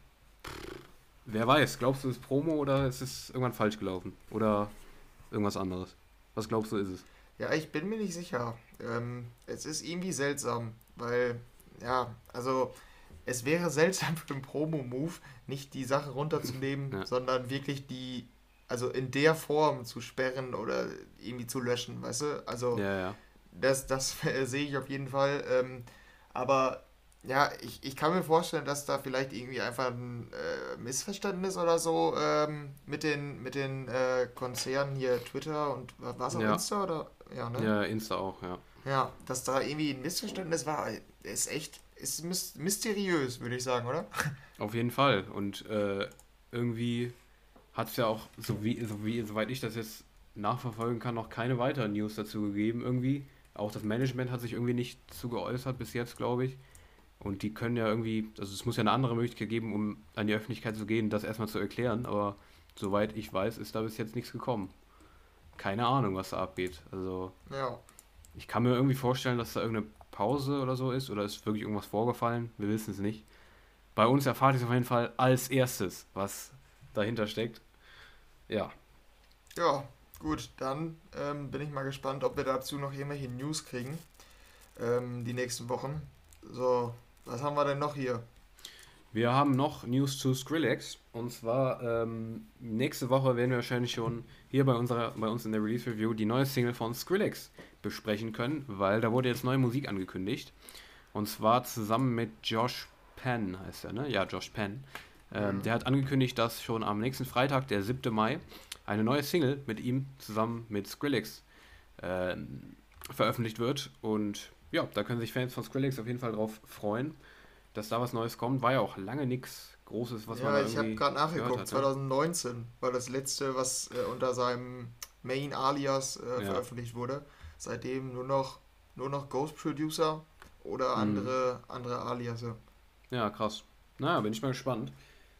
wer weiß, glaubst du, es ist Promo oder ist es irgendwann falsch gelaufen? Oder irgendwas anderes? Was glaubst du, ist es? Ja, ich bin mir nicht sicher. Ähm, es ist irgendwie seltsam, weil, ja, also es wäre seltsam für den Promo-Move, nicht die Sache runterzunehmen, Ja, sondern wirklich die, also in der Form zu sperren oder irgendwie zu löschen, weißt du? Also ja, ja. das, das sehe ich auf jeden Fall. Ähm, aber ja, ich, ich kann mir vorstellen, dass da vielleicht irgendwie einfach ein äh, Missverständnis oder so ähm, mit den, mit den äh, Konzernen hier Twitter und war es auch Ja, Insta oder? Ja, ne? ja, Insta auch, ja. Ja, dass da irgendwie ein Missverständnis war, ist echt, ist mys mysteriös, würde ich sagen, oder? Auf jeden Fall. Und äh, irgendwie hat es ja auch, so wie, so wie, soweit ich das jetzt nachverfolgen kann, noch keine weiteren News dazu gegeben. Irgendwie. Auch das Management hat sich irgendwie nicht zu geäußert bis jetzt, glaube ich. Und die können ja irgendwie, also es muss ja eine andere Möglichkeit geben, um an die Öffentlichkeit zu gehen, das erstmal zu erklären. Aber soweit ich weiß, ist da bis jetzt nichts gekommen. Keine Ahnung, was da abgeht. Also Ja, ich kann mir irgendwie vorstellen, dass da irgendeine Pause oder so ist oder ist wirklich irgendwas vorgefallen. Wir wissen es nicht. Bei uns erfahrt ihr es auf jeden Fall als erstes, was dahinter steckt. Ja, ja, gut, dann ähm, bin ich mal gespannt, ob wir dazu noch irgendwelche News kriegen, ähm, die nächsten Wochen. So, was haben wir denn noch hier? wir haben noch News zu Skrillex. Und zwar ähm, nächste Woche werden wir wahrscheinlich schon hier bei, unserer, bei uns in der Release Review die neue Single von Skrillex besprechen können, weil da wurde jetzt neue Musik angekündigt. Und zwar zusammen mit Josh Penn heißt er, ne? Ja, Josh Penn. Ähm, Mhm. der hat angekündigt, dass schon am nächsten Freitag, der siebte Mai, eine neue Single mit ihm zusammen mit Skrillex ähm, veröffentlicht wird. Und ja, da können sich Fans von Skrillex auf jeden Fall drauf freuen, dass da was Neues kommt. War ja auch lange nichts Großes, was man Ja, da ich habe irgendwie gerade gehört nachgeguckt, hat. Ne? zwanzig neunzehn war das letzte, was äh, unter seinem Main-Alias äh, Ja. veröffentlicht wurde. Seitdem nur noch, nur noch Ghost Producer oder Mhm. andere, andere Aliase. Ja, krass. Naja, bin ich mal gespannt,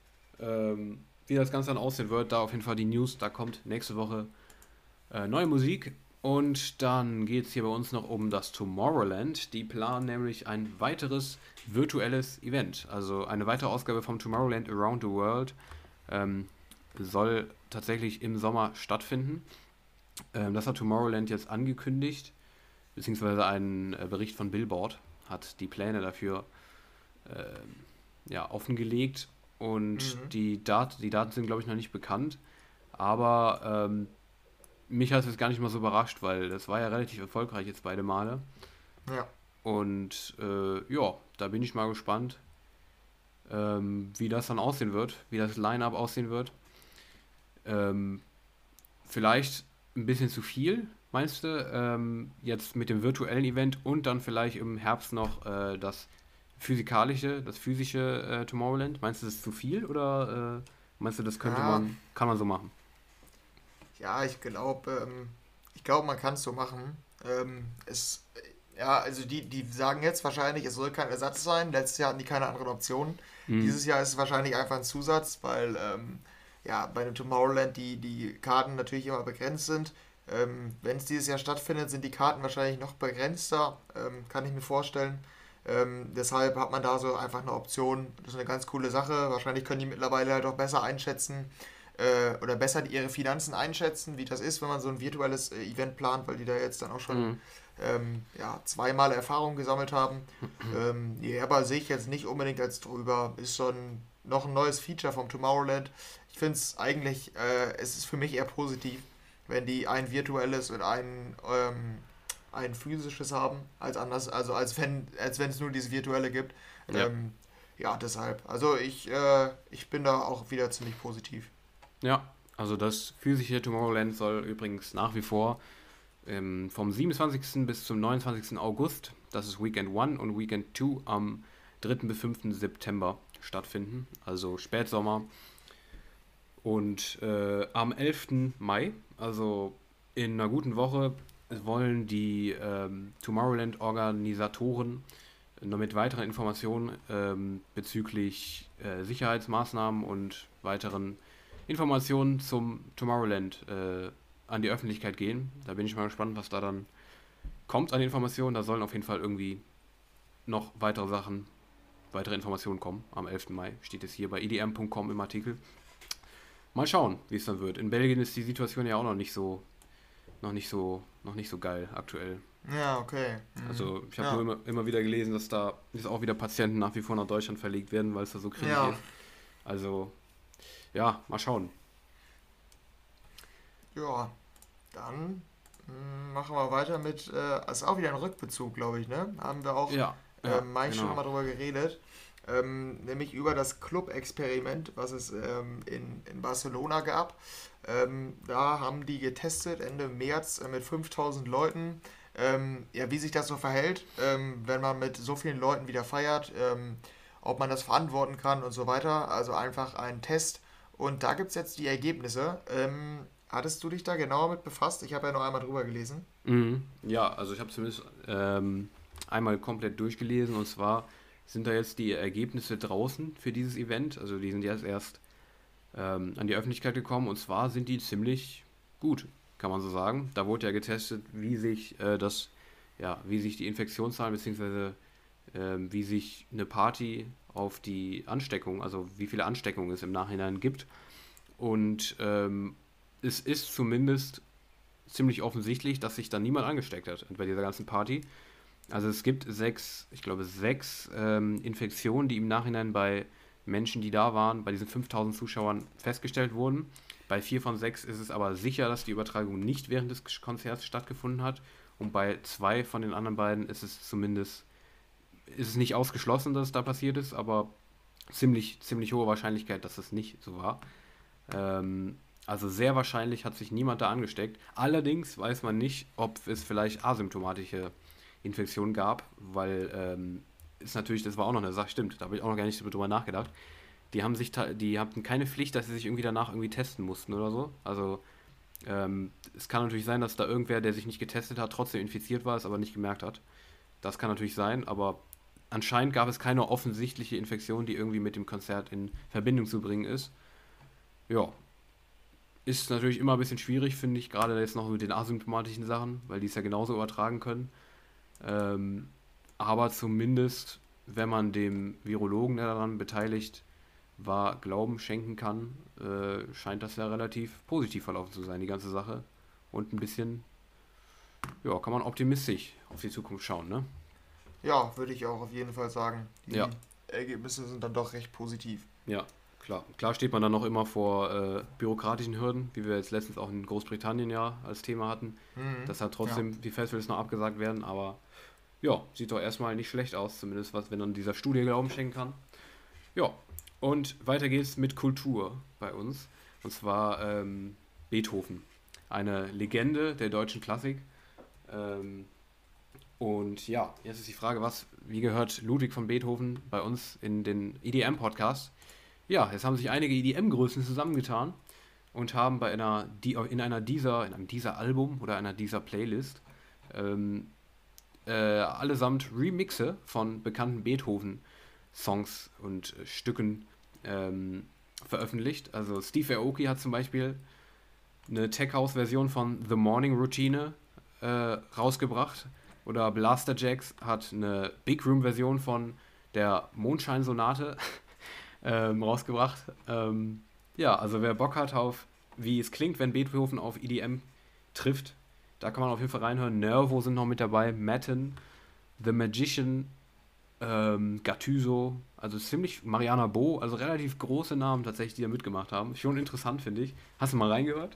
ähm, wie das Ganze dann aussehen wird. Da auf jeden Fall die News. Da kommt nächste Woche äh, neue Musik. Und dann geht es hier bei uns noch um das Tomorrowland. Die planen nämlich ein weiteres virtuelles Event. Also eine weitere Ausgabe vom Tomorrowland Around the World ähm, soll tatsächlich im Sommer stattfinden. Ähm, das hat Tomorrowland jetzt angekündigt, beziehungsweise ein äh, Bericht von Billboard hat die Pläne dafür ähm, ja, offengelegt. Und Mhm. die, Dat die Daten sind, glaube ich, noch nicht bekannt. Aber ähm, mich hat es jetzt gar nicht mal so überrascht, weil das war ja relativ erfolgreich jetzt beide Male. Ja. Und äh, ja, da bin ich mal gespannt, ähm, wie das dann aussehen wird, wie das Line-Up aussehen wird. Ähm, vielleicht ein bisschen zu viel, meinst du? Ähm, jetzt mit dem virtuellen Event und dann vielleicht im Herbst noch äh, das physikalische, das physische äh, Tomorrowland. Meinst du, das ist zu viel oder äh, meinst du, das könnte Ja, man, kann man so machen? ja, ich glaube, ähm, ich glaube, man kann es so machen. Ähm, es, ja, also die, die sagen jetzt wahrscheinlich, es soll kein Ersatz sein. Letztes Jahr hatten die keine anderen Optionen. Mhm. Dieses Jahr ist es wahrscheinlich einfach ein Zusatz, weil ähm, ja, bei dem Tomorrowland die, die Karten natürlich immer begrenzt sind. Ähm, wenn es dieses Jahr stattfindet, sind die Karten wahrscheinlich noch begrenzter, ähm, kann ich mir vorstellen. Ähm, deshalb hat man da so einfach eine Option. Das ist eine ganz coole Sache. Wahrscheinlich können die mittlerweile halt auch besser einschätzen, äh, oder besser ihre Finanzen einschätzen, wie das ist, wenn man so ein virtuelles äh, Event plant, weil die da jetzt dann auch schon Mhm. ähm, ja, zweimal Erfahrung gesammelt haben. Ähm, die aber sehe ich jetzt nicht unbedingt als drüber. Ist schon noch ein neues Feature vom Tomorrowland. Ich finde es eigentlich, äh, es ist für mich eher positiv, wenn die ein virtuelles und ein, ähm, ein physisches haben, als anders, also als wenn als wenn es nur dieses virtuelle gibt. Ja. Ähm, ja, deshalb. Also ich, äh, ich bin da auch wieder ziemlich positiv. Ja, also das physische Tomorrowland soll übrigens nach wie vor ähm, vom siebenundzwanzigsten bis zum neunundzwanzigsten August, das ist Weekend eins und Weekend zwei am dritten bis fünften September stattfinden, also Spätsommer. Und äh, am elften Mai, also in einer guten Woche, wollen die ähm, Tomorrowland-Organisatoren noch mit weiteren Informationen ähm, bezüglich äh, Sicherheitsmaßnahmen und weiteren Informationen zum Tomorrowland äh, an die Öffentlichkeit gehen. Da bin ich mal gespannt, was da dann kommt an Informationen. Da sollen auf jeden Fall irgendwie noch weitere Sachen, weitere Informationen kommen. Am elften Mai steht es hier bei e d m punkt com im Artikel. Mal schauen, wie es dann wird. In Belgien ist die Situation ja auch noch nicht so, noch nicht so, noch nicht so geil aktuell. Ja, okay. Mhm. Also ich habe Ja. nur immer, immer wieder gelesen, dass da jetzt auch wieder Patienten nach wie vor nach Deutschland verlegt werden, weil es da so kritisch Ja. ist. Also ja, mal schauen. Ja, dann mm, machen wir weiter mit, äh, ist auch wieder ein Rückbezug, glaube ich, ne? Haben wir auch, Ja, ja, ähm, Mai schon genau. mal drüber geredet, ähm, nämlich über das Club-Experiment, was es ähm, in, in Barcelona gab. Ähm, da haben die getestet Ende März äh, mit fünftausend Leuten, ähm, ja, wie sich das so verhält, ähm, wenn man mit so vielen Leuten wieder feiert, ähm, ob man das verantworten kann und so weiter. Also einfach ein Test. Und da gibt es jetzt die Ergebnisse. Ähm, hattest du dich da genauer mit befasst? Ich habe ja noch einmal drüber gelesen. Mhm. Ja, also ich habe zumindest ähm, einmal komplett durchgelesen und zwar sind da jetzt die Ergebnisse draußen für dieses Event. Also die sind jetzt erst ähm, an die Öffentlichkeit gekommen und zwar sind die ziemlich gut, kann man so sagen. Da wurde ja getestet, wie sich äh, das, ja, wie sich die Infektionszahlen beziehungsweise ähm, wie sich eine Party auf die Ansteckung, also wie viele Ansteckungen es im Nachhinein gibt. Und ähm, es ist zumindest ziemlich offensichtlich, dass sich da niemand angesteckt hat bei dieser ganzen Party. Also es gibt sechs, ich glaube sechs ähm, Infektionen, die im Nachhinein bei Menschen, die da waren, bei diesen fünftausend Zuschauern festgestellt wurden. Bei vier von sechs ist es aber sicher, dass die Übertragung nicht während des Konzerts stattgefunden hat. Und bei zwei von den anderen beiden ist es zumindest, ist es nicht ausgeschlossen, dass es da passiert ist, aber ziemlich, ziemlich hohe Wahrscheinlichkeit, dass es nicht so war. Ähm, also sehr wahrscheinlich hat sich niemand da angesteckt. Allerdings weiß man nicht, ob es vielleicht asymptomatische Infektionen gab, weil ähm, ist natürlich, das war auch noch eine Sache, stimmt, da habe ich auch noch gar nicht drüber nachgedacht. Die haben sich, ta- die hatten keine Pflicht, dass sie sich irgendwie danach irgendwie testen mussten oder so. Also ähm, es kann natürlich sein, dass da irgendwer, der sich nicht getestet hat, trotzdem infiziert war, es aber nicht gemerkt hat. Das kann natürlich sein, aber anscheinend gab es keine offensichtliche Infektion, die irgendwie mit dem Konzert in Verbindung zu bringen ist. Ja, ist natürlich immer ein bisschen schwierig, finde ich, gerade jetzt noch mit den asymptomatischen Sachen, weil die es ja genauso übertragen können. Ähm, aber zumindest, wenn man dem Virologen, der daran beteiligt war, Glauben schenken kann, äh, scheint das ja relativ positiv verlaufen zu sein, die ganze Sache. Und ein bisschen, ja, kann man optimistisch auf die Zukunft schauen, ne? Ja, würde ich auch auf jeden Fall sagen. Die Ja, Ergebnisse sind dann doch recht positiv. ja, klar. Klar steht man dann noch immer vor äh, bürokratischen Hürden, wie wir jetzt letztens auch in Großbritannien ja als Thema hatten, Mhm. dass halt Ja. trotzdem die Festivals noch abgesagt werden, aber ja, sieht doch erstmal nicht schlecht aus, zumindest was, wenn man dieser Studie Glauben schenken kann. Ja, und weiter geht's mit Kultur bei uns. Und zwar ähm, Beethoven. Eine Legende der deutschen Klassik. Ähm, und ja, jetzt ist die Frage, was, wie gehört Ludwig von Beethoven bei uns in den E D M-Podcast? Ja, jetzt haben sich einige E D M-Größen zusammengetan und haben bei einer, die, in einer dieser, in einem dieser Album oder einer dieser Playlist ähm, äh, allesamt Remixe von bekannten Beethoven-Songs und äh, Stücken ähm, veröffentlicht. Also Steve Aoki hat zum Beispiel eine Tech-House-Version von The Morning Routine äh, rausgebracht. Oder Blaster Jacks hat eine Big Room-Version von der Mondschein-Sonate ähm, rausgebracht. Ähm, ja, also wer Bock hat auf, wie es klingt, wenn Beethoven auf E D M trifft, da kann man auf jeden Fall reinhören. Nervo sind noch mit dabei, Matten, The Magician, ähm, Gattuso, also ziemlich Mariana Bo, also relativ große Namen tatsächlich, die da mitgemacht haben. Schon interessant, finde ich. Hast du mal reingehört?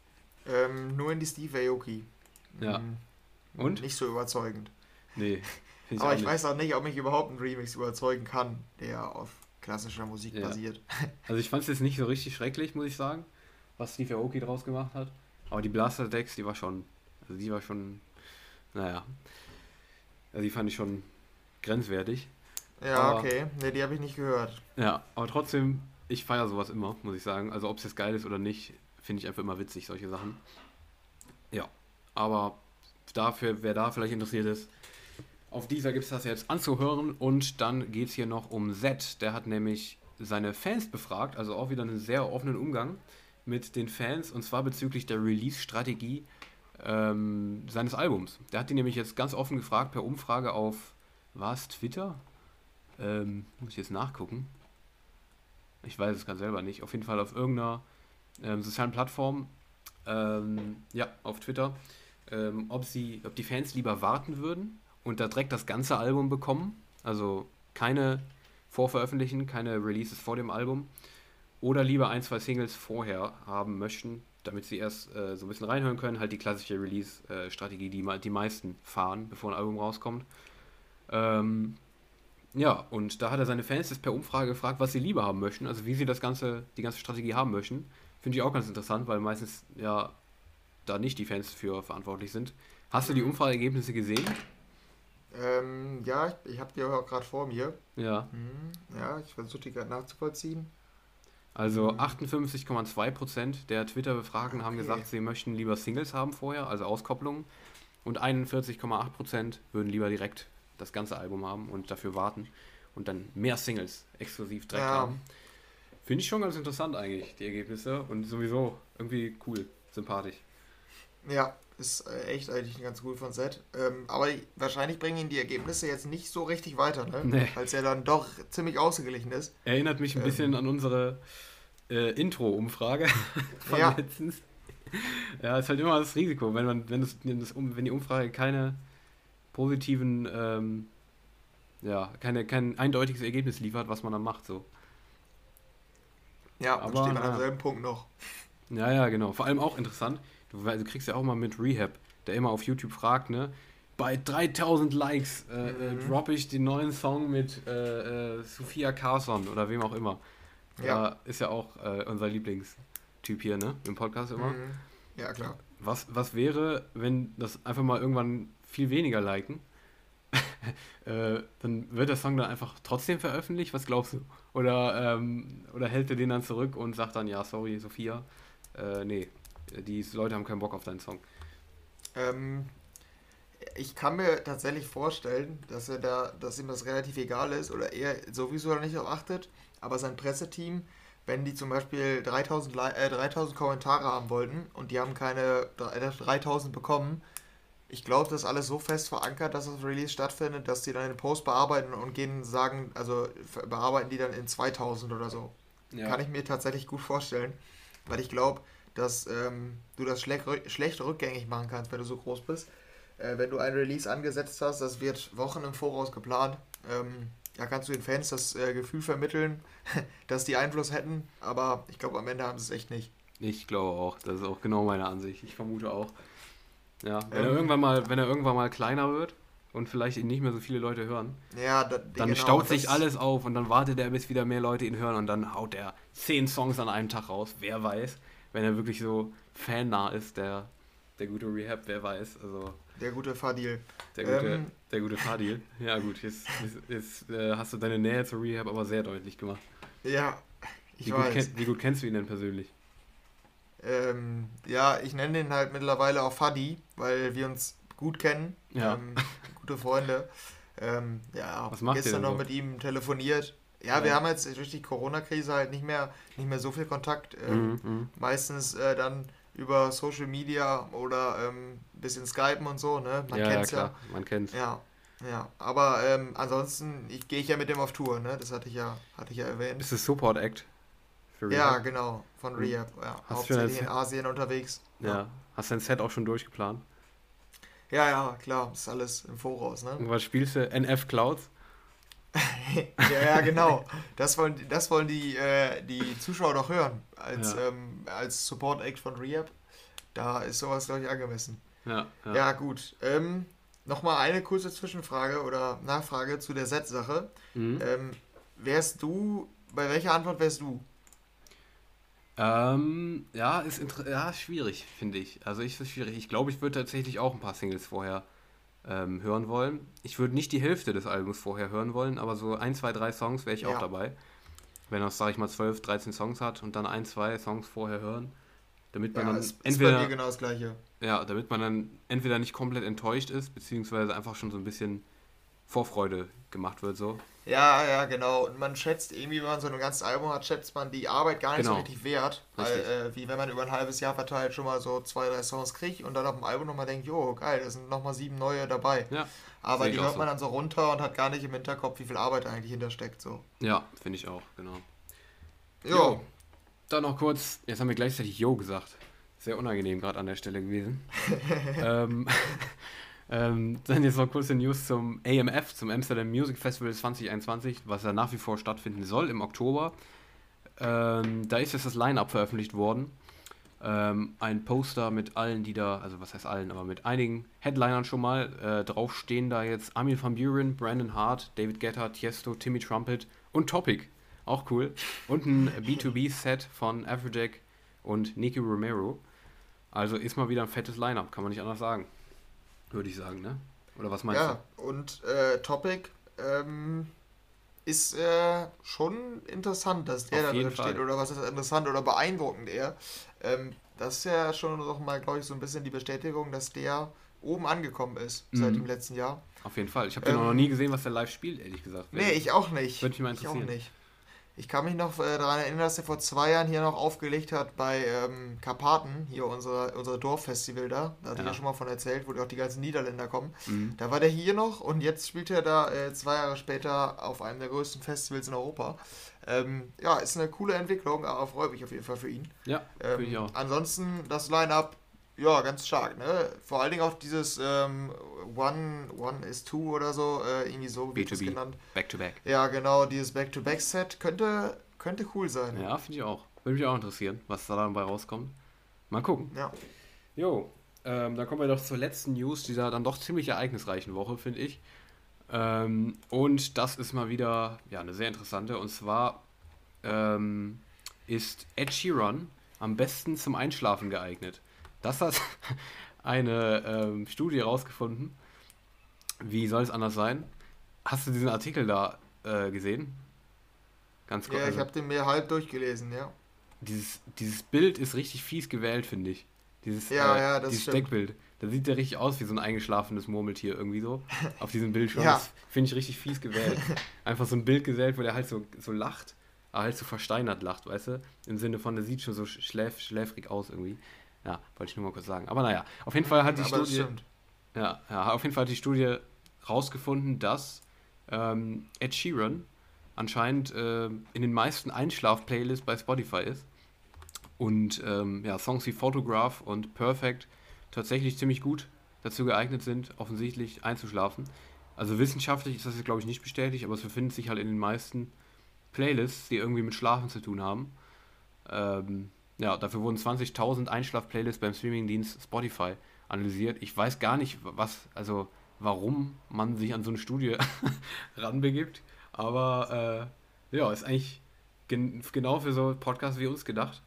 Ähm, nur in die Steve Aoki. Ja. Mhm. Und? Nicht so überzeugend. Nee, finde ich Aber auch ich nicht. weiß auch nicht, ob mich überhaupt ein Remix überzeugen kann, der auf klassischer Musik Ja. basiert. Also ich fand es jetzt nicht so richtig schrecklich, muss ich sagen, was Steve Aoki draus gemacht hat. Aber die Blaster Decks, die war schon, also die war schon, naja, also die fand ich schon grenzwertig. Ja, Aber okay. Ne, die habe ich nicht gehört. ja, aber trotzdem, ich feiere sowas immer, muss ich sagen. Also ob es jetzt geil ist oder nicht, finde ich einfach immer witzig, solche Sachen. Ja, aber dafür, wer da vielleicht interessiert ist, auf dieser gibt es das jetzt anzuhören. Und dann geht es hier noch um Z. Der hat nämlich seine Fans befragt, also auch wieder einen sehr offenen Umgang mit den Fans, und zwar bezüglich der Release-Strategie ähm, seines Albums. Der hat die nämlich jetzt ganz offen gefragt per Umfrage auf, war es Twitter? Ähm, muss ich jetzt nachgucken. Ich weiß es gerade selber nicht. Auf jeden Fall auf irgendeiner ähm, sozialen Plattform, ähm, ja, auf Twitter, ähm, ob sie, ob die Fans lieber warten würden und da direkt das ganze Album bekommen, also keine vorveröffentlichen, keine Releases vor dem Album, oder lieber ein, zwei Singles vorher haben möchten, damit sie erst äh, so ein bisschen reinhören können, halt die klassische Release-Strategie, die die meisten fahren, bevor ein Album rauskommt. Ähm, ja, und da hat er seine Fans jetzt per Umfrage gefragt, was sie lieber haben möchten, also wie sie das ganze, die ganze Strategie haben möchten. Finde ich auch ganz interessant, weil meistens ja da nicht die Fans für verantwortlich sind. Hast du die Mhm. Umfrageergebnisse gesehen? Ähm, ja, ich, ich habe die auch gerade vor mir. Ja. Mhm. Ja, ich versuche die gerade nachzuvollziehen. Also Mhm. achtundfünfzig Komma zwei Prozent der Twitter-Befragten haben Okay. gesagt, sie möchten lieber Singles haben vorher, also Auskopplungen. Und einundvierzig Komma acht Prozent würden lieber direkt das ganze Album haben und dafür warten und dann mehr Singles exklusiv direkt Ja, haben. Finde ich schon ganz interessant eigentlich, die Ergebnisse. Und sowieso irgendwie cool, sympathisch. ja, ist äh, echt eigentlich ganz gut von Zed. Ähm, aber wahrscheinlich bringen ihn die Ergebnisse jetzt nicht so richtig weiter, ne? Nee, Weil es ja dann doch ziemlich ausgeglichen ist. erinnert mich ein bisschen Ähm, an unsere äh, Intro-Umfrage von ja, letztens. Ja, ist halt immer das Risiko, wenn man, wenn das, wenn das um, wenn die Umfrage keine positiven, ähm, ja, keine, kein eindeutiges Ergebnis liefert, was man dann macht, so. ja, dann Aber stehen wir an naja. demselben Punkt noch. Ja, ja, genau. Vor allem auch interessant, du, we- du kriegst ja auch mal mit Rehab, der immer auf YouTube fragt, ne? Bei dreitausend Likes äh, äh, Mhm. droppe ich den neuen Song mit äh, äh, Sophia Carson oder wem auch immer. Ja, Da ist ja auch äh, unser Lieblingstyp hier, ne? Im Podcast immer. mhm. Ja, klar. Was, was wäre, wenn das einfach mal irgendwann viel weniger liken? Äh, dann wird der Song dann einfach trotzdem veröffentlicht? Was glaubst du? Oder, ähm, oder hält er den dann zurück und sagt dann, ja, sorry, Sophia, äh, nee, die Leute haben keinen Bock auf deinen Song. Ähm, ich kann mir tatsächlich vorstellen, dass er da, dass ihm das relativ egal ist oder er sowieso da nicht darauf achtet, aber sein Presseteam, wenn die zum Beispiel dreitausend, Li- äh, dreitausend Kommentare haben wollten und die haben keine dreitausend bekommen, ich glaube, das ist alles so fest verankert, dass das Release stattfindet, dass die dann den Post bearbeiten und gehen sagen, also f- bearbeiten die dann in zweitausend oder so. Kann Ja, ich mir tatsächlich gut vorstellen, weil ich glaube, dass ähm, du das schlecht, schlecht rückgängig machen kannst, wenn du so groß bist. Äh, wenn du ein Release angesetzt hast, das wird Wochen im Voraus geplant. Ähm, da kannst du den Fans das äh, Gefühl vermitteln, dass die Einfluss hätten, aber ich glaube, am Ende haben sie es echt nicht. ich glaube auch. Das ist auch genau meine Ansicht. Ich vermute auch. Ja, wenn er Ähm, irgendwann mal, wenn er irgendwann mal kleiner wird und vielleicht ihn nicht mehr so viele Leute hören, ja, da, dann genau, staut sich das. alles auf und dann wartet er, bis wieder mehr Leute ihn hören und dann haut er zehn Songs an einem Tag raus. Wer weiß, wenn er wirklich so fannah ist, der, der gute Rehab, wer weiß. Also Der gute Fadil. der gute, Ähm, der gute Fadil. Ja gut, jetzt, jetzt, jetzt äh, hast du deine Nähe zu Rehab aber sehr deutlich gemacht. ja, Wie ich gut, weiß. kenn, wie gut kennst du ihn denn persönlich? Ähm, ja, ich nenne den halt mittlerweile auch Fadi, weil wir uns gut kennen. Ja. Ähm, gute Freunde. Ähm, ja, Was macht ihr gestern denn noch so? mit ihm telefoniert. Ja, wir Ja. haben jetzt durch die Corona-Krise halt nicht mehr, nicht mehr so viel Kontakt. Ähm, Mhm, mhm. meistens äh, dann über Social Media oder ähm, ein bisschen Skypen und so, ne? Man Ja, ja, kennt's ja. klar, man kennt's. Ja, ja. Aber ähm, ansonsten, ich gehe ich ja mit dem auf Tour, ne? Das hatte ich ja, hatte ich ja erwähnt. Ist es Support Act für Ja, Rehab? genau, von Und Rehab. Ja, hast du schon ein hauptsächlich in Set, Asien unterwegs. Ja. ja, hast dein Set auch schon durchgeplant? Ja, ja, klar, ist alles im Voraus, ne? Und was spielst du? N F Clouds? Ja, ja, genau. Das wollen, die- das wollen die, äh, die Zuschauer doch hören. Als, Ja, ähm, als Support Act von Rehab. Da ist sowas, glaube ich, angemessen. ja, ja. Ja, gut. Ähm, nochmal eine kurze Zwischenfrage oder Nachfrage zu der Set-Sache. Mhm. Ähm, wärst du, bei welcher Antwort wärst du? Ähm, ja, ist inter ja, ist schwierig, finde ich. Also ich ist schwierig. Ich glaube, ich würde tatsächlich auch ein paar Singles vorher ähm, hören wollen. Ich würde nicht die Hälfte des Albums vorher hören wollen, aber so ein, zwei, drei Songs wäre ich auch Ja. dabei. Wenn er, sag ich mal, zwölf, dreizehn Songs hat und dann ein, zwei Songs vorher hören, damit man Ja, dann ist, ist bei entweder, mir genau das Gleiche. ja, damit man dann entweder nicht komplett enttäuscht ist, beziehungsweise einfach schon so ein bisschen Vorfreude gemacht wird, so. Ja, ja, genau. Und man schätzt irgendwie, wenn man so ein ganzes Album hat, schätzt man die Arbeit gar nicht so Genau, richtig wert. Weil, richtig. äh, wie wenn man über ein halbes Jahr verteilt schon mal so zwei, drei Songs kriegt und dann auf dem Album nochmal denkt, jo, geil, da sind nochmal sieben neue dabei. Ja, Aber sehe die ich auch hört so. man dann so runter und hat gar nicht im Hinterkopf, wie viel Arbeit da eigentlich hintersteckt. So. Ja, finde ich auch, genau. Jo, Jo, dann noch kurz, jetzt haben wir gleichzeitig Jo gesagt. Sehr unangenehm gerade an der Stelle gewesen. ähm, ähm, dann jetzt noch kurze News zum A M F, zum Amsterdam Music Festival zwanzig einundzwanzig, was ja nach wie vor stattfinden soll im Oktober. Ähm, da ist jetzt das Line-Up veröffentlicht worden. Ähm, ein Poster mit allen, die da, also was heißt allen, aber mit einigen Headlinern schon mal. Äh, drauf stehen da jetzt Armin van Buuren, Brandon Hart, David Guetta, Tiesto, Timmy Trumpet und Topic. Auch cool. Und ein B zwei B-Set von Afrojack und Nicky Romero. Also ist mal wieder ein fettes Line-Up, kann man nicht anders sagen. Würde ich sagen, ne? Oder was meinst ja, und äh, Topic ähm, ist äh, schon interessant, dass der Auf da jeden drin steht. Fall. Oder was ist interessant oder beeindruckend eher. Ähm, das ist ja schon noch mal, glaube ich, so ein bisschen die Bestätigung, dass der oben angekommen ist du? seit dem Mhm. letzten Jahr. Auf jeden Fall. Ich habe den auch noch Ähm, nie gesehen, was der live spielt, ehrlich gesagt. Nee, ich auch nicht. Würde mich mal Ich auch interessieren. nicht. Ich kann mich noch äh, daran erinnern, dass er vor zwei Jahren hier noch aufgelegt hat bei ähm, Karpaten, hier unser, unser Dorffestival da. Da hatte ich ja Ja. schon mal von erzählt, wo auch die ganzen Niederländer kommen. Mhm. Da war der hier noch und jetzt spielt er da äh, zwei Jahre später auf einem der größten Festivals in Europa. Ähm, ja, ist eine coole Entwicklung, aber freue mich auf jeden Fall für ihn. Ja, finde ich Ähm, auch. ansonsten das Line-Up, ja, ganz stark, ne? Vor allen Dingen auch dieses ähm, One, One is Two oder so, äh, irgendwie so wird es B zwei B, genannt. Back to Back. Ja, genau, dieses Back-to-Back-Set könnte, könnte cool sein. Ja, finde ich auch. Würde mich auch interessieren, was da dabei rauskommt. Mal gucken. Ja, Jo, ähm, dann kommen wir doch zur letzten News dieser dann doch ziemlich ereignisreichen Woche, finde ich. Ähm, und das ist mal wieder ja, eine sehr interessante. Und zwar ähm, ist Ed Sheeran am besten zum Einschlafen geeignet. Das hat eine ähm, Studie rausgefunden. Wie soll es anders sein? Hast du diesen Artikel da äh, gesehen? Ganz kurz. ja, ich Also, habe den mir halb durchgelesen, ja. dieses, dieses Bild ist richtig fies gewählt, finde ich. Dieses, Ja, äh, ja, das dieses stimmt. Deckbild. Da sieht der richtig aus wie so ein eingeschlafenes Murmeltier irgendwie so. Auf diesem Bild schon. Ja, Das finde ich richtig fies gewählt. Einfach so ein Bild gewählt, wo der halt so, so lacht, aber halt so versteinert lacht, weißt du? Im Sinne von, der sieht schon so schläf, schläfrig aus irgendwie. Ja, wollte ich nur mal kurz sagen. Aber naja, auf jeden Fall hat die aber das Studie, stimmt. ja, ja, auf jeden Fall hat die Studie rausgefunden, dass ähm, Ed Sheeran anscheinend äh, in den meisten Einschlaf-Playlists bei Spotify ist. Und ähm, ja, Songs wie Photograph und Perfect tatsächlich ziemlich gut dazu geeignet sind, offensichtlich einzuschlafen. Also wissenschaftlich ist das jetzt, glaube ich, nicht bestätigt, aber es befindet sich halt in den meisten Playlists, die irgendwie mit Schlafen zu tun haben. Ähm, ja, dafür wurden zwanzigtausend Einschlaf-Playlists beim Streamingdienst Spotify analysiert. Ich weiß gar nicht, was, also warum man sich an so eine Studie ranbegibt, aber äh, ja, ist eigentlich gen genau für so Podcasts wie uns gedacht.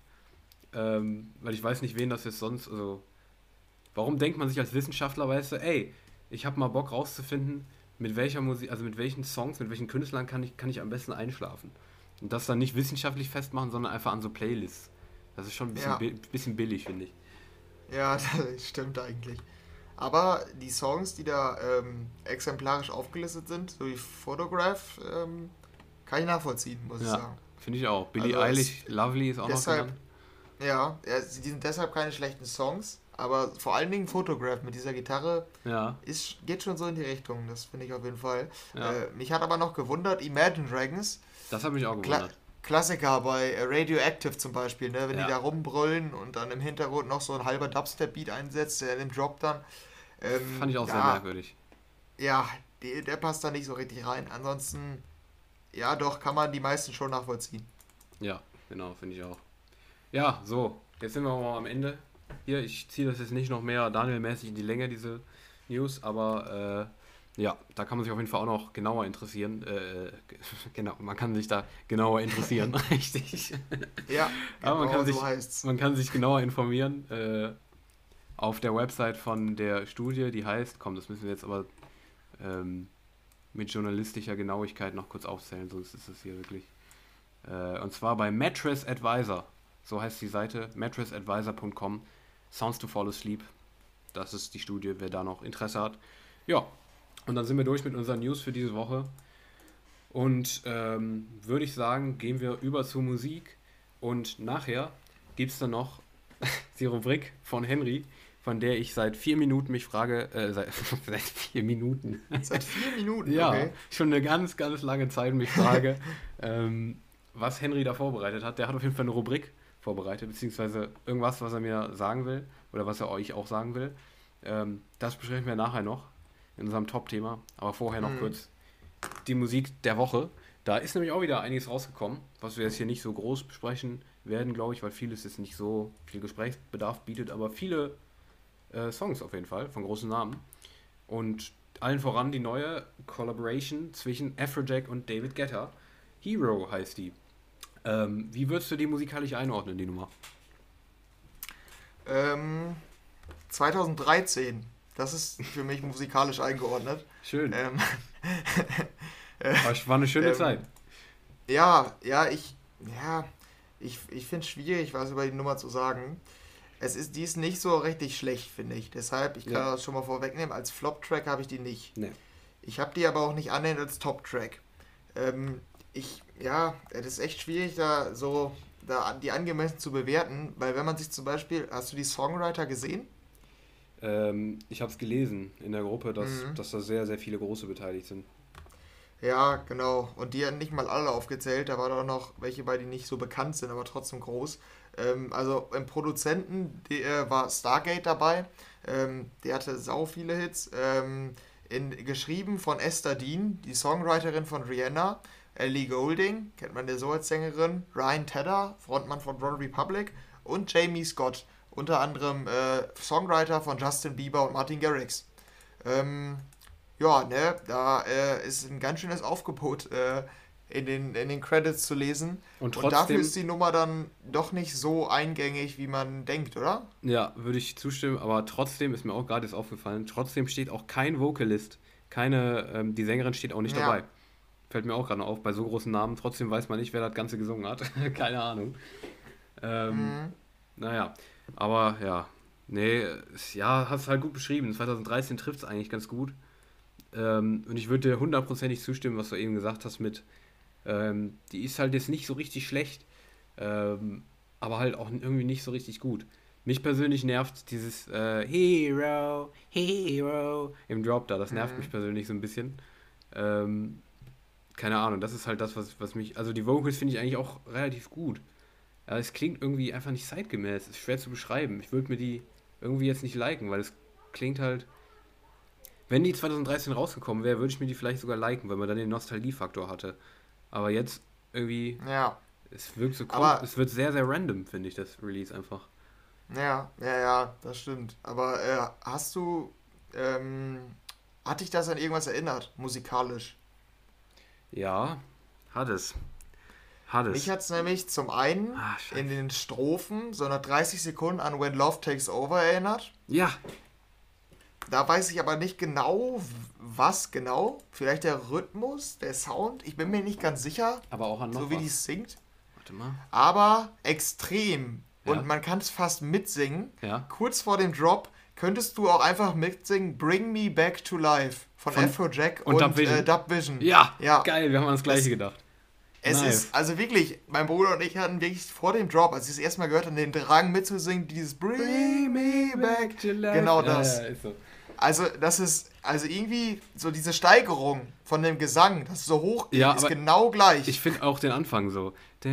Ähm, weil ich weiß nicht, wen das jetzt sonst, also warum denkt man sich als Wissenschaftler, weißt du, ey, ich habe mal Bock rauszufinden, mit welcher Musik, also mit welchen Songs, mit welchen Künstlern kann ich, kann ich am besten einschlafen. Und das dann nicht wissenschaftlich festmachen, sondern einfach an so Playlists. Das ist schon ein bisschen, Ja, bi bisschen billig, finde ich. ja, das stimmt eigentlich. Aber die Songs, die da ähm, exemplarisch aufgelistet sind, so wie Photograph, ähm, kann ich nachvollziehen, muss ich Ja, sagen. finde ich auch. Billie Also es Eilish, Lovely ist auch noch deshalb, genannt. ja, ja, die sind deshalb keine schlechten Songs, aber vor allen Dingen Photograph mit dieser Gitarre Ja, ist, geht schon so in die Richtung, das finde ich auf jeden Fall. ja. Äh, mich hat aber noch gewundert, Imagine Dragons, Das hat mich auch Kla gewundert. Klassiker bei äh, Radioactive zum Beispiel, ne? Wenn die da Ja, rumbrüllen und dann im Hintergrund noch so ein halber Dubstep-Beat einsetzt, der in dem Drop dann. fand Ähm, ich auch sehr ja, merkwürdig. ja, die, der passt da nicht so richtig rein. Ansonsten, ja, doch, kann man die meisten schon nachvollziehen. Ja, genau, finde ich auch. Ja, so, jetzt sind wir mal am Ende. Hier, ich ziehe das jetzt nicht noch mehr Daniel-mäßig in die Länge, diese News, aber äh, ja, da kann man sich auf jeden Fall auch noch genauer interessieren. Äh, genau, man kann sich da genauer interessieren, richtig. Ja, Aber man genau kann so sich, heißt's. man kann sich genauer informieren. Äh, auf der Website von der Studie, die heißt, komm, das müssen wir jetzt aber ähm, mit journalistischer Genauigkeit noch kurz aufzählen, sonst ist es hier wirklich. Äh, und zwar bei Mattress Advisor, so heißt die Seite, mattress advisor punkt com, Sounds to Fall Asleep. Das ist die Studie, wer da noch Interesse hat. Ja, und dann sind wir durch mit unseren News für diese Woche. Und ähm, würde ich sagen, gehen wir über zur Musik. Und nachher gibt es dann noch die Rubrik von Henry, von der ich seit vier Minuten mich frage, äh, seit, seit vier Minuten. Seit vier Minuten, ja, okay. Schon eine ganz, ganz lange Zeit mich frage, ähm, was Henry da vorbereitet hat. Der hat auf jeden Fall eine Rubrik vorbereitet, beziehungsweise irgendwas, was er mir sagen will oder was er euch auch sagen will. Ähm, das besprechen wir nachher noch in unserem Top-Thema. Aber vorher noch Mhm. kurz die Musik der Woche. Da ist nämlich auch wieder einiges rausgekommen, was wir jetzt hier nicht so groß besprechen werden, glaube ich, weil vieles jetzt nicht so viel Gesprächsbedarf bietet, aber viele äh, Songs auf jeden Fall von großen Namen. Und allen voran die neue Collaboration zwischen Afrojack und David Guetta. Hero heißt die. Ähm, wie würdest du die musikalisch einordnen, die Nummer? Ähm, zweitausenddreizehn, das ist für mich musikalisch eingeordnet. Schön. Ähm, Aber es war eine schöne ähm, Zeit. ja, ja, ich, ja, ich, ich finde es schwierig, was über die Nummer zu sagen. Es ist, die ist nicht so richtig schlecht, finde ich. Deshalb, ich kann Ja. das schon mal vorwegnehmen, als Flop-Track habe ich die nicht. Nee. Ich habe die aber auch nicht annähernd als Top-Track. Ähm, ich, ja, es ist echt schwierig, da so da die angemessen zu bewerten, weil wenn man sich zum Beispiel, hast du die Songwriter gesehen? Ähm, ich habe es gelesen in der Gruppe, dass, Mhm. dass da sehr, sehr viele große beteiligt sind. Ja, genau. Und die hatten nicht mal alle aufgezählt. Da waren auch noch welche bei, die nicht so bekannt sind, aber trotzdem groß. Ähm, also im Produzenten die, äh, war Stargate dabei. Ähm, der hatte sau viele Hits. Ähm, in, geschrieben von Esther Dean, die Songwriterin von Rihanna. Ellie Goulding, kennt man ja so als Sängerin. Ryan Tedder, Frontmann von One Republic. Und Jamie Scott, unter anderem äh, Songwriter von Justin Bieber und Martin Garrix. Ähm, ja, ne, da äh, ist ein ganz schönes Aufgebot äh, in, den, in den Credits zu lesen. Und Und dafür trotzdem, ist die Nummer dann doch nicht so eingängig, wie man denkt, oder? ja, würde ich zustimmen, aber trotzdem ist mir auch gerade jetzt aufgefallen, trotzdem steht auch kein Vocalist, keine, ähm, die Sängerin steht auch nicht Ja. dabei. Fällt mir auch gerade noch auf, bei so großen Namen, trotzdem weiß man nicht, wer das Ganze gesungen hat. Keine Ahnung. Ähm, Mhm. naja, aber ja, nee, es- ja, hast halt gut beschrieben. zweitausenddreizehn trifft es eigentlich ganz gut. Ähm, und ich würde dir hundertprozentig zustimmen, was du eben gesagt hast mit, ähm, die ist halt jetzt nicht so richtig schlecht, ähm, aber halt auch irgendwie nicht so richtig gut. Mich persönlich nervt dieses äh, Hero, Hero im Drop da, das nervt Mhm. mich persönlich so ein bisschen. Ähm, keine Ahnung, das ist halt das, was, was mich, also die Vocals finde ich eigentlich auch relativ gut. Ja, es klingt irgendwie einfach nicht zeitgemäß, ist schwer zu beschreiben. Ich würde mir die irgendwie jetzt nicht liken, weil es klingt halt, wenn die zweitausenddreizehn rausgekommen wäre, würde ich mir die vielleicht sogar liken, weil man dann den Nostalgiefaktor hatte. Aber jetzt irgendwie, Ja, es wirkt so aber kom- es wird sehr, sehr random, finde ich, das Release einfach. ja, ja, ja, das stimmt. Aber äh, hast du, ähm, hat dich das an irgendwas erinnert, musikalisch? Ja, hat es. Hat Mich es. hat es nämlich zum einen Ah, in scheiße. den Strophen so nach dreißig Sekunden an When Love Takes Over erinnert. Ja, Da weiß ich aber nicht genau, w- was genau. Vielleicht der Rhythmus, der Sound. Ich bin mir nicht ganz sicher, aber auch an noch so wie die was. singt. Warte mal. Aber extrem. Ja. Und man kann es fast mitsingen. Ja. Kurz vor dem Drop könntest du auch einfach mitsingen Bring Me Back to Life von, Von- Afrojack und und, Dub Vision. Äh, Dub Vision. Ja, Ja. geil, wir haben an das gleiche Das- gedacht. Es Nice. ist, also wirklich, mein Bruder und ich hatten wirklich vor dem Drop, als ich es erstmal gehört habe, den Drang mitzusingen, dieses Bring Me Back. to life. Genau Ja, das. Ja, ist so. Also, das ist, also irgendwie so diese Steigerung von dem Gesang, das so hoch geht, Ja, ist aber genau gleich. Ich finde auch den Anfang so. So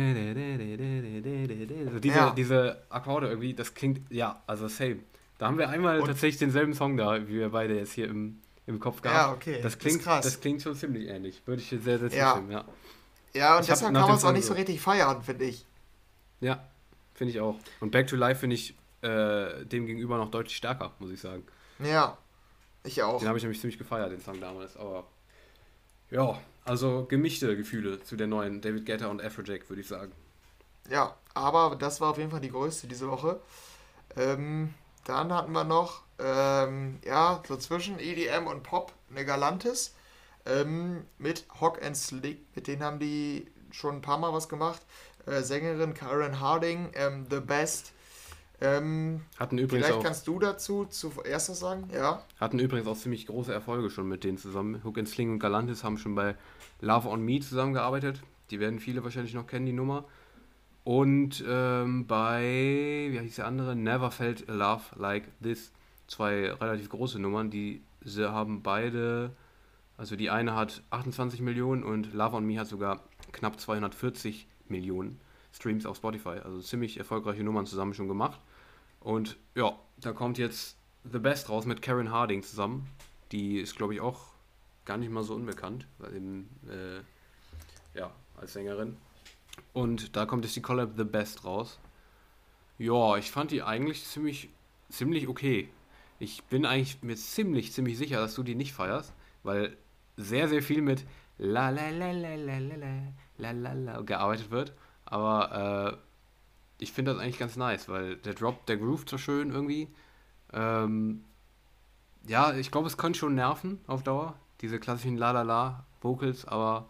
diese, Ja. diese Akkorde irgendwie, das klingt, ja, also same. Da haben wir einmal Und- tatsächlich denselben Song da, wie wir beide jetzt hier im, im Kopf gehabt. Ja, okay, Das das klingt, ist krass. das klingt schon ziemlich ähnlich. Würde ich dir sehr, sehr Ja. zustimmen, ja. ja, und ich hab deshalb nach kann dem man es auch Song nicht so so- richtig feiern, finde ich. Ja, finde ich auch. Und Back to Life finde ich äh, dem gegenüber noch deutlich stärker, muss ich sagen. Ja, ich auch. Den habe ich nämlich ziemlich gefeiert, den Song damals. Aber ja, also gemischte Gefühle zu der neuen David Guetta und Afrojack, würde ich sagen. Ja, aber das war auf jeden Fall die größte diese Woche. Ähm, dann hatten wir noch, ähm, ja, so zwischen E D M und Pop eine Galantis ähm, mit Hawk and Slick. Mit denen haben die schon ein paar Mal was gemacht. Äh, Sängerin Karen Harding, ähm, The Best. Ähm, Hatten übrigens vielleicht auch, kannst du dazu zuerst was sagen, ja. hatten übrigens auch ziemlich große Erfolge schon mit denen zusammen. Hook and Sling und Galantis haben schon bei Love on Me zusammengearbeitet. Die werden viele wahrscheinlich noch kennen, die Nummer. Und ähm, bei, wie hieß der andere? Never Felt a Love Like This. Zwei relativ große Nummern, die sie haben beide, also die eine hat achtundzwanzig Millionen und Love on Me hat sogar knapp zweihundertvierzig Millionen Streams auf Spotify. Also ziemlich erfolgreiche Nummern zusammen schon gemacht. Und ja, da kommt jetzt The Best raus mit Karen Harding zusammen. Die ist, glaube ich, auch gar nicht mal so unbekannt, weil eben, äh, ja, als Sängerin. Und da kommt jetzt die Collab The Best raus. Ja, ich fand die eigentlich ziemlich, ziemlich okay. Ich bin eigentlich mir ziemlich, ziemlich sicher, dass du die nicht feierst, weil sehr, sehr viel mit la la la la la la la la la la gearbeitet wird. Aber äh, ich finde das eigentlich ganz nice, weil der Drop, der groovt so schön irgendwie. Ähm, ja, ich glaube, es kann schon nerven auf Dauer, diese klassischen la la la Vocals, aber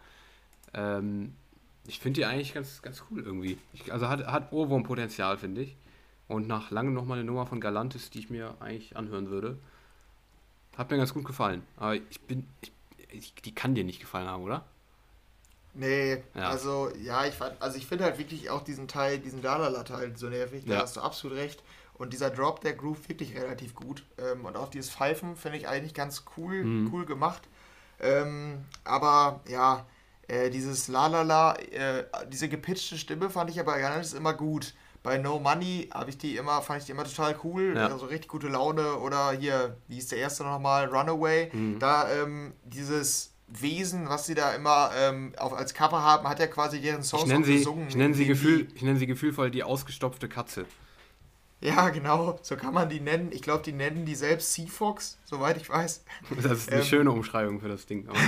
ähm, ich finde die eigentlich ganz, ganz cool irgendwie. Ich, also hat, hat Ohrwurmpotenzial, finde ich. Und nach langem nochmal eine Nummer von Galantis, die ich mir eigentlich anhören würde. Hat mir ganz gut gefallen. Aber ich bin. Ich, ich, die kann dir nicht gefallen haben, oder? Nee, Ja. also ja, ich fand, also ich finde halt wirklich auch diesen Teil, diesen Dalala-Teil so nervig, da Ja. hast du absolut recht. Und dieser Drop, der groove wirklich relativ gut. Ähm, und auch dieses Pfeifen finde ich eigentlich ganz cool, Mhm. cool gemacht. Ähm, aber ja, äh, dieses Lalala, äh, diese gepitchte Stimme fand ich aber ganz immer gut. Bei No Money habe ich die immer, fand ich die immer total cool, Ja. also richtig gute Laune. Oder hier, wie ist der erste nochmal, Runaway. Mhm. Da ähm, dieses Wesen, was sie da immer ähm, auf, als Cover haben, hat ja quasi deren Ich Songs nenne auch sie, gesungen. ich nenn sie, Irgendwie. Gefühl, ich nenn sie gefühlvoll die ausgestopfte Katze. Ja, genau, so kann man die nennen. Ich glaube, die nennen die selbst Seafox, soweit ich weiß. Das ist eine Ähm, schöne Umschreibung für das Ding. Aber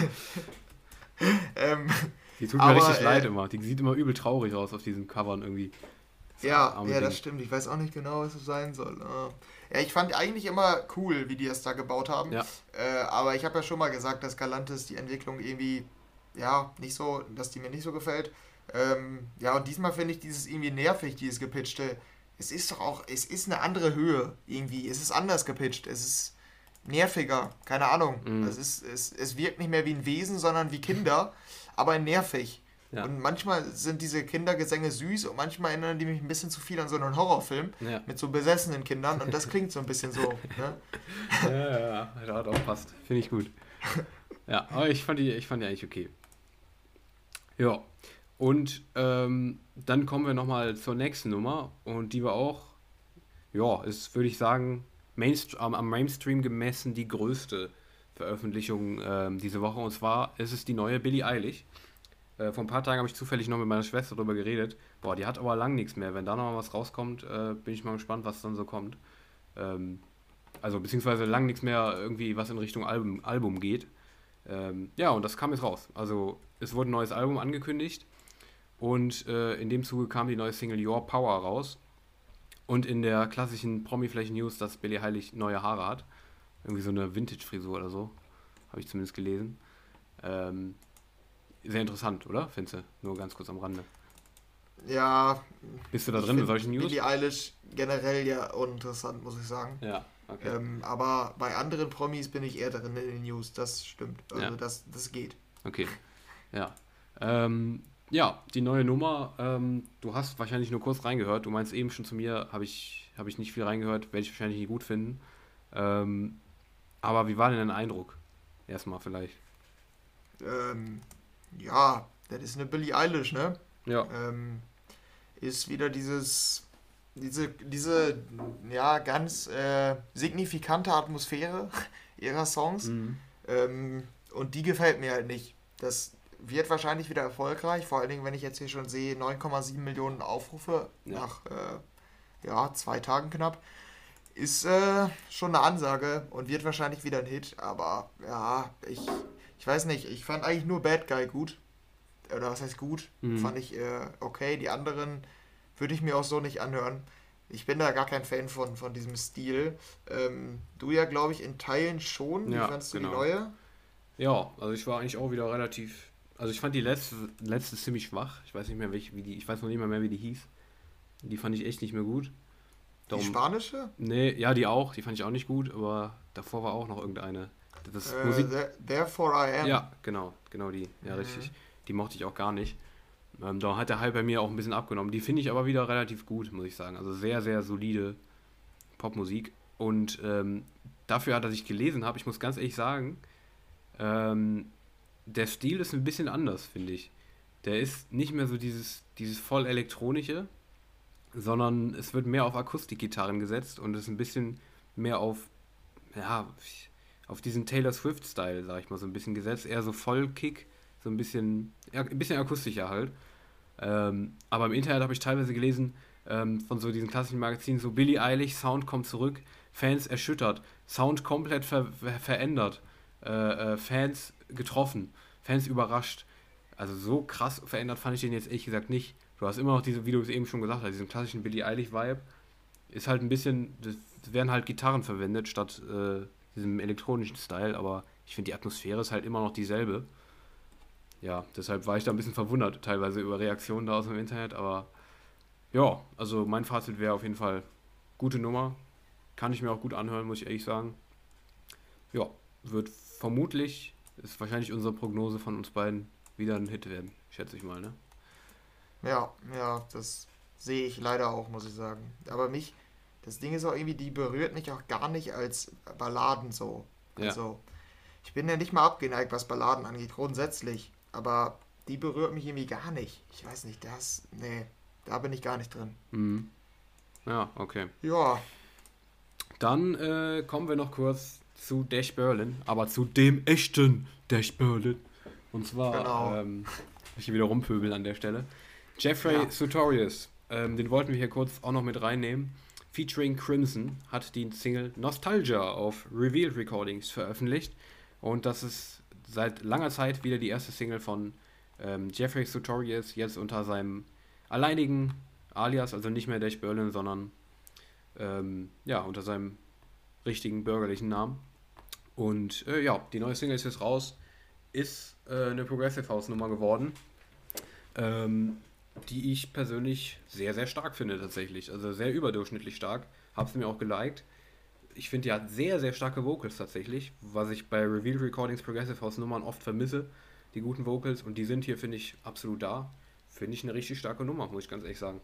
ähm, die tut mir aber, richtig leid äh, immer. Die sieht immer übel traurig aus auf diesen Covern irgendwie. Das Ja, arme ja, Ding. das stimmt. Ich weiß auch nicht genau, was es sein soll. Äh, Ja, ich fand eigentlich immer cool, wie die das da gebaut haben. Ja. Äh, aber ich habe ja schon mal gesagt, dass Galantis die Entwicklung irgendwie, ja, nicht so, dass die mir nicht so gefällt. Ähm, ja, und diesmal finde ich dieses irgendwie nervig, dieses gepitchte. Es ist doch auch, es ist eine andere Höhe irgendwie. Es ist anders gepitcht. Es ist nerviger. Keine Ahnung. Mhm. Es ist, es, es wirkt nicht mehr wie ein Wesen, sondern wie Kinder, aber nervig. Ja. Und manchmal sind diese Kindergesänge süß und manchmal erinnern die mich ein bisschen zu viel an so einen Horrorfilm Ja. mit so besessenen Kindern und das klingt so ein bisschen so. Ne? Ja, ja, ja, ja, hat auch passt. Finde ich gut. Ja, aber ich fand die, ich fand die eigentlich okay. Ja. Und ähm, dann kommen wir nochmal zur nächsten Nummer und die war auch, ja, ist, würde ich sagen, Mainst am, am Mainstream gemessen die größte Veröffentlichung ähm, diese Woche. Und zwar ist es die neue Billie Eilish. Äh, vor ein paar Tagen habe ich zufällig noch mit meiner Schwester darüber geredet. Boah, die hat aber lang nichts mehr. Wenn da noch mal was rauskommt, äh, bin ich mal gespannt, was dann so kommt. Ähm, also beziehungsweise lang nichts mehr irgendwie, was in Richtung Album, Album geht. Ähm, ja, und das kam jetzt raus. Also es wurde ein neues Album angekündigt und äh, in dem Zuge kam die neue Single Your Power raus. Und in der klassischen Promi-Flächen-News, dass Billie Eilish neue Haare hat. Irgendwie so eine Vintage-Frisur oder so. Habe ich zumindest gelesen. Ähm, sehr interessant, oder? Findest du? Nur ganz kurz am Rande. Ja, Bist du da ich drin in finde solchen News? Billie Eilish generell ja uninteressant, muss ich sagen. Ja, okay. Ähm, aber bei anderen Promis bin ich eher drin in den News, das stimmt. Also Ja. das, das geht. Okay, ja. Ähm, ja, die neue Nummer, ähm, du hast wahrscheinlich nur kurz reingehört. Du meinst eben schon zu mir, habe ich, hab ich nicht viel reingehört, werde ich wahrscheinlich nicht gut finden. Ähm, aber wie war denn dein Eindruck? Erstmal vielleicht. Ähm, ja, das ist eine Billie Eilish, ne? Ja. Ähm, ist wieder dieses, diese, diese, ja, ganz äh, signifikante Atmosphäre ihrer Songs. Mhm. Ähm, und die gefällt mir halt nicht. Das wird wahrscheinlich wieder erfolgreich, vor allen Dingen, wenn ich jetzt hier schon sehe, neun Komma sieben Millionen Aufrufe Ja. nach äh, ja, zwei Tagen knapp. Ist äh, schon eine Ansage und wird wahrscheinlich wieder ein Hit, aber ja, ich, ich weiß nicht, ich fand eigentlich nur Bad Guy gut. Oder was heißt gut? Mhm. Fand ich äh, okay. Die anderen würde ich mir auch so nicht anhören. Ich bin da gar kein Fan von, von diesem Stil. Ähm, du ja, glaube ich, in Teilen schon. Wie Ja, fandst du die genau. neue? Ja, also ich war eigentlich auch wieder relativ. Also ich fand die letzte, letzte ziemlich schwach. Ich weiß nicht mehr, welch, wie die. Ich weiß noch nicht mal mehr, wie die hieß. Die fand ich echt nicht mehr gut. Die Darum. spanische? Nee, ja, die auch. Die fand ich auch nicht gut, aber davor war auch noch irgendeine. Das Äh, Musik. The- Therefore I Am. Ja, genau, genau die. Ja, richtig. Mhm. Die mochte ich auch gar nicht. Ähm, da hat der Hype bei mir auch ein bisschen abgenommen. Die finde ich aber wieder relativ gut, muss ich sagen. Also sehr, sehr solide Popmusik. Und ähm, dafür, dass ich gelesen habe, ich muss ganz ehrlich sagen, ähm, der Stil ist ein bisschen anders, finde ich. Der ist nicht mehr so dieses, dieses voll elektronische, sondern es wird mehr auf Akustikgitarren gesetzt und es ist ein bisschen mehr auf, ja, auf diesen Taylor Swift-Style, sag ich mal, so ein bisschen gesetzt. Eher so Vollkick, so ein bisschen, ja, ein bisschen akustischer halt. Ähm, aber im Internet habe ich teilweise gelesen, ähm, von so diesen klassischen Magazinen, so Billie Eilish, Sound kommt zurück, Fans erschüttert, Sound komplett ver ver verändert, äh, äh, Fans getroffen, Fans überrascht. Also so krass verändert fand ich den jetzt ehrlich gesagt nicht. Du hast immer noch diese, wie du es eben schon gesagt hast, diesen klassischen Billie Eilish-Vibe. Ist halt ein bisschen, das werden halt Gitarren verwendet statt äh, diesem elektronischen Style, aber ich finde die Atmosphäre ist halt immer noch dieselbe. Ja, deshalb war ich da ein bisschen verwundert, teilweise über Reaktionen da aus dem Internet, aber ja, also mein Fazit wäre auf jeden Fall gute Nummer. Kann ich mir auch gut anhören, muss ich ehrlich sagen. Ja, wird vermutlich, ist wahrscheinlich unsere Prognose von uns beiden, wieder ein Hit werden, schätze ich mal, ne? Ja, ja, das sehe ich leider auch, muss ich sagen. Aber mich, das Ding ist auch irgendwie, die berührt mich auch gar nicht als Balladen so. Ja. Also, ich bin ja nicht mal abgeneigt, was Balladen angeht, grundsätzlich. Aber die berührt mich irgendwie gar nicht. Ich weiß nicht, das, nee, da bin ich gar nicht drin. Mhm. Ja, okay. Ja, Dann äh, kommen wir noch kurz zu Dash Berlin, aber zu dem echten Dash Berlin. Und zwar, genau. ähm, ich hier wieder rumpöbeln an der Stelle. Jeffrey Ja, Sutorius, ähm, den wollten wir hier kurz auch noch mit reinnehmen. Featuring Crimson hat die Single Nostalgia auf Revealed Recordings veröffentlicht. Und das ist seit langer Zeit wieder die erste Single von ähm, Jeffrey Sutorius, jetzt unter seinem alleinigen Alias, also nicht mehr Dash Berlin, sondern ähm, ja, unter seinem richtigen bürgerlichen Namen. Und äh, ja, die neue Single ist jetzt raus, ist äh, eine Progressive House Nummer geworden, ähm, die ich persönlich sehr, sehr stark finde tatsächlich. Also sehr überdurchschnittlich stark. Hab's mir auch geliked. Ich finde, die hat sehr, sehr starke Vocals tatsächlich, was ich bei Reveal Recordings Progressive House Nummern oft vermisse, die guten Vocals. Und die sind hier, finde ich, absolut da. Finde ich eine richtig starke Nummer, muss ich ganz ehrlich sagen.